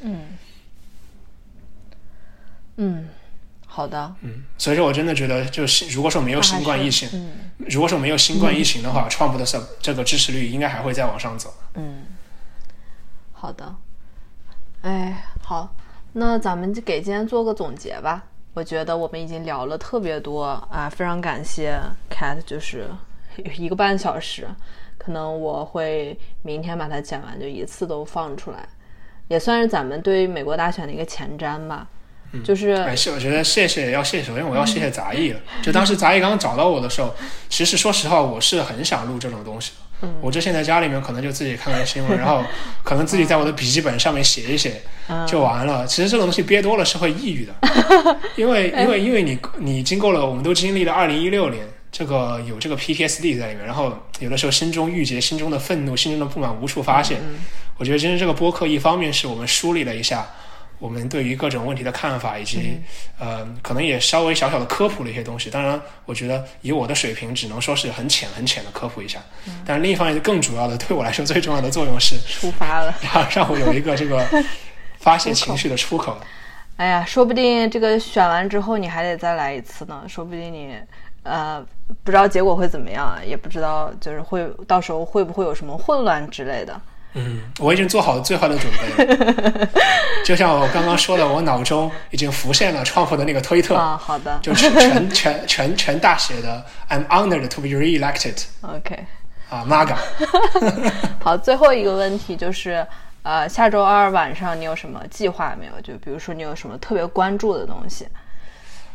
好的。 所以说我真的觉得就是如果说没有新冠疫情，如果说没有新冠疫情的话，Trump 的这个支持率应该还会再往上走。 好的。好，那咱们就给今天做个总结吧。我觉得我们已经聊了特别多啊，非常感谢 Cat， 就是1个半小时，可能我会明天把它剪完，就一次都放出来，也算是咱们对美国大选的一个前瞻吧。就是我觉得要谢谢，首先我要谢谢杂艺了。就当时杂艺刚找到我的时候，其实说实话我是很想录这种东西的。我之前在家里面可能就自己看看新闻，然后可能自己在我的笔记本上面写一写就完了。其实这种东西憋多了是会抑郁的，因为你经过了，我们都经历了2016年，这个有这个 PTSD 在里面，然后有的时候心中郁结，心中的愤怒，心中的不满无处发泄。我觉得今天这个播客一方面是我们梳理了一下我们对于各种问题的看法，以及可能也稍微小小的科普了一些东西。当然我觉得以我的水平只能说是很浅的科普一下，但另一方面更主要的，对我来说最重要的作用是出发了， 让我有一个这个发泄情绪的出口。 哎呀，说不定这个选完之后你还得再来一次呢，说不定你不知道结果会怎么样，也不知道就是到时候会不会有什么混乱之类的。 我已经做好了最坏的准备了。就像我刚刚说的，我脑中已经浮现了 Trump 的那个推特。 好的。 就是全大写的 I'm honored to be re-elected。 OK。 MAGA。 好，最后一个问题就是下周2晚上你有什么计划没有？就比如说你有什么特别关注的东西？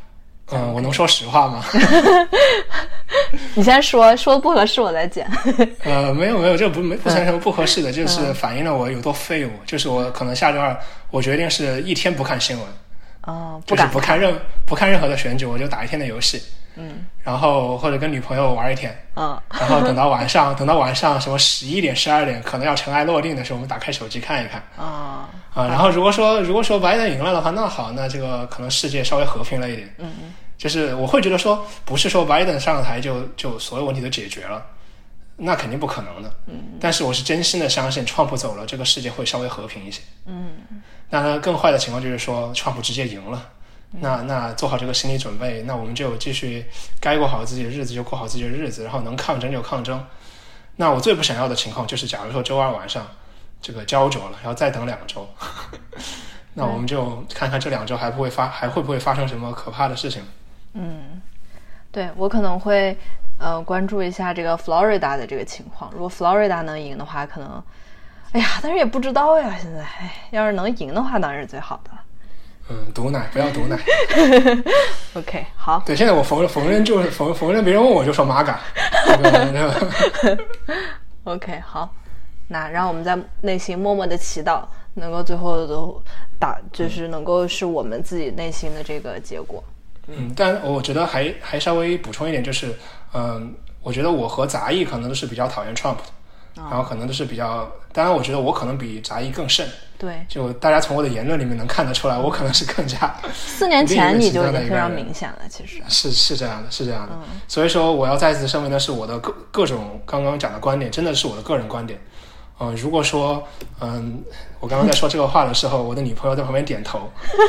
我能说实话吗？ 你先说不合适我再剪。 没有，这不算什么不合适的，就是反映了我有多废物。就是我可能下周二我决定是一天不看新闻，就是不看任何的选举，我就打一天的游戏。然后或者跟女朋友玩一天，然后等到晚上什么11点12点，可能要尘埃落定的时候，我们打开手机看一看。然后如果说拜登赢了的话，那好，那这个可能世界稍微和平了一点。就是我会觉得说，不是说拜登上了台就所有问题都解决了，那肯定不可能的。但是我是真心的相信，川普走了，这个世界会稍微和平一些。那更坏的情况就是说，川普直接赢了。那做好这个心理准备，那我们就继续该过好自己的日子就过好自己的日子，然后能抗争就抗争。那我最不想要的情况就是，假如说周二晚上这个焦灼了，然后再等2周，那我们就看看这2周还会不会发生什么可怕的事情。 对，我可能会关注一下这个 Florida 的这个情况。如果 Florida 能赢的话，可能但是也不知道呀。现在要是能赢的话，当然是最好的。 毒奶不要毒奶。 OK， 好。 对，现在我逢人别人问我就说 MAGA。 OK， 好。那让我们在内心默默的祈祷，能够最后都就是能够是我们自己内心的这个结果。 但我觉得还稍微补充一点，就是我觉得我和杂艺可能都是比较讨厌 Trump 的。然后可能都是比较，当然我觉得我可能比杂艺更甚。对，就大家从我的言论里面能看得出来，我可能是更加 4年前你就已经非常明显了，其实是这样的，是这样的。所以说我要再次声明的是，我的各种刚刚讲的观点真的是我的个人观点。如果说我刚刚在说这个话的时候，我的女朋友在旁边点头。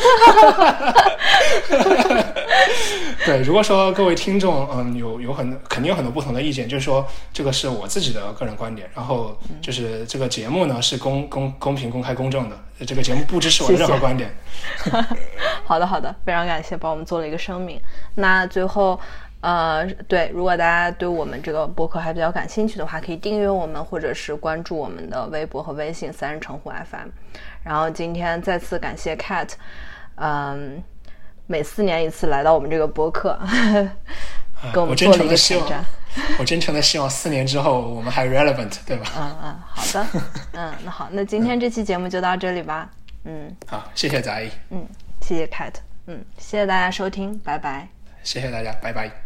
对，如果说各位听众肯定有很多不同的意见，就是说这个是我自己的个人观点，然后就是这个节目呢是公平公开公正的，这个节目不支持我的任何观点。 好的，非常感谢帮我们做了一个声明。那最后对，如果大家对我们这个播客还比较感兴趣的话，可以订阅我们，或者是关注我们的微博和微信3人成虎 FM。然后今天再次感谢 Cat，每4年一次来到我们这个播客，跟我们做了一个挑战。 我真诚的希望4年之后我们还 relevant， 对吧？ 好的。那好，那今天这期节目就到这里吧。 好，谢谢杂艺。 谢谢 Cat。谢谢大家收听，拜拜。 谢谢大家，拜拜。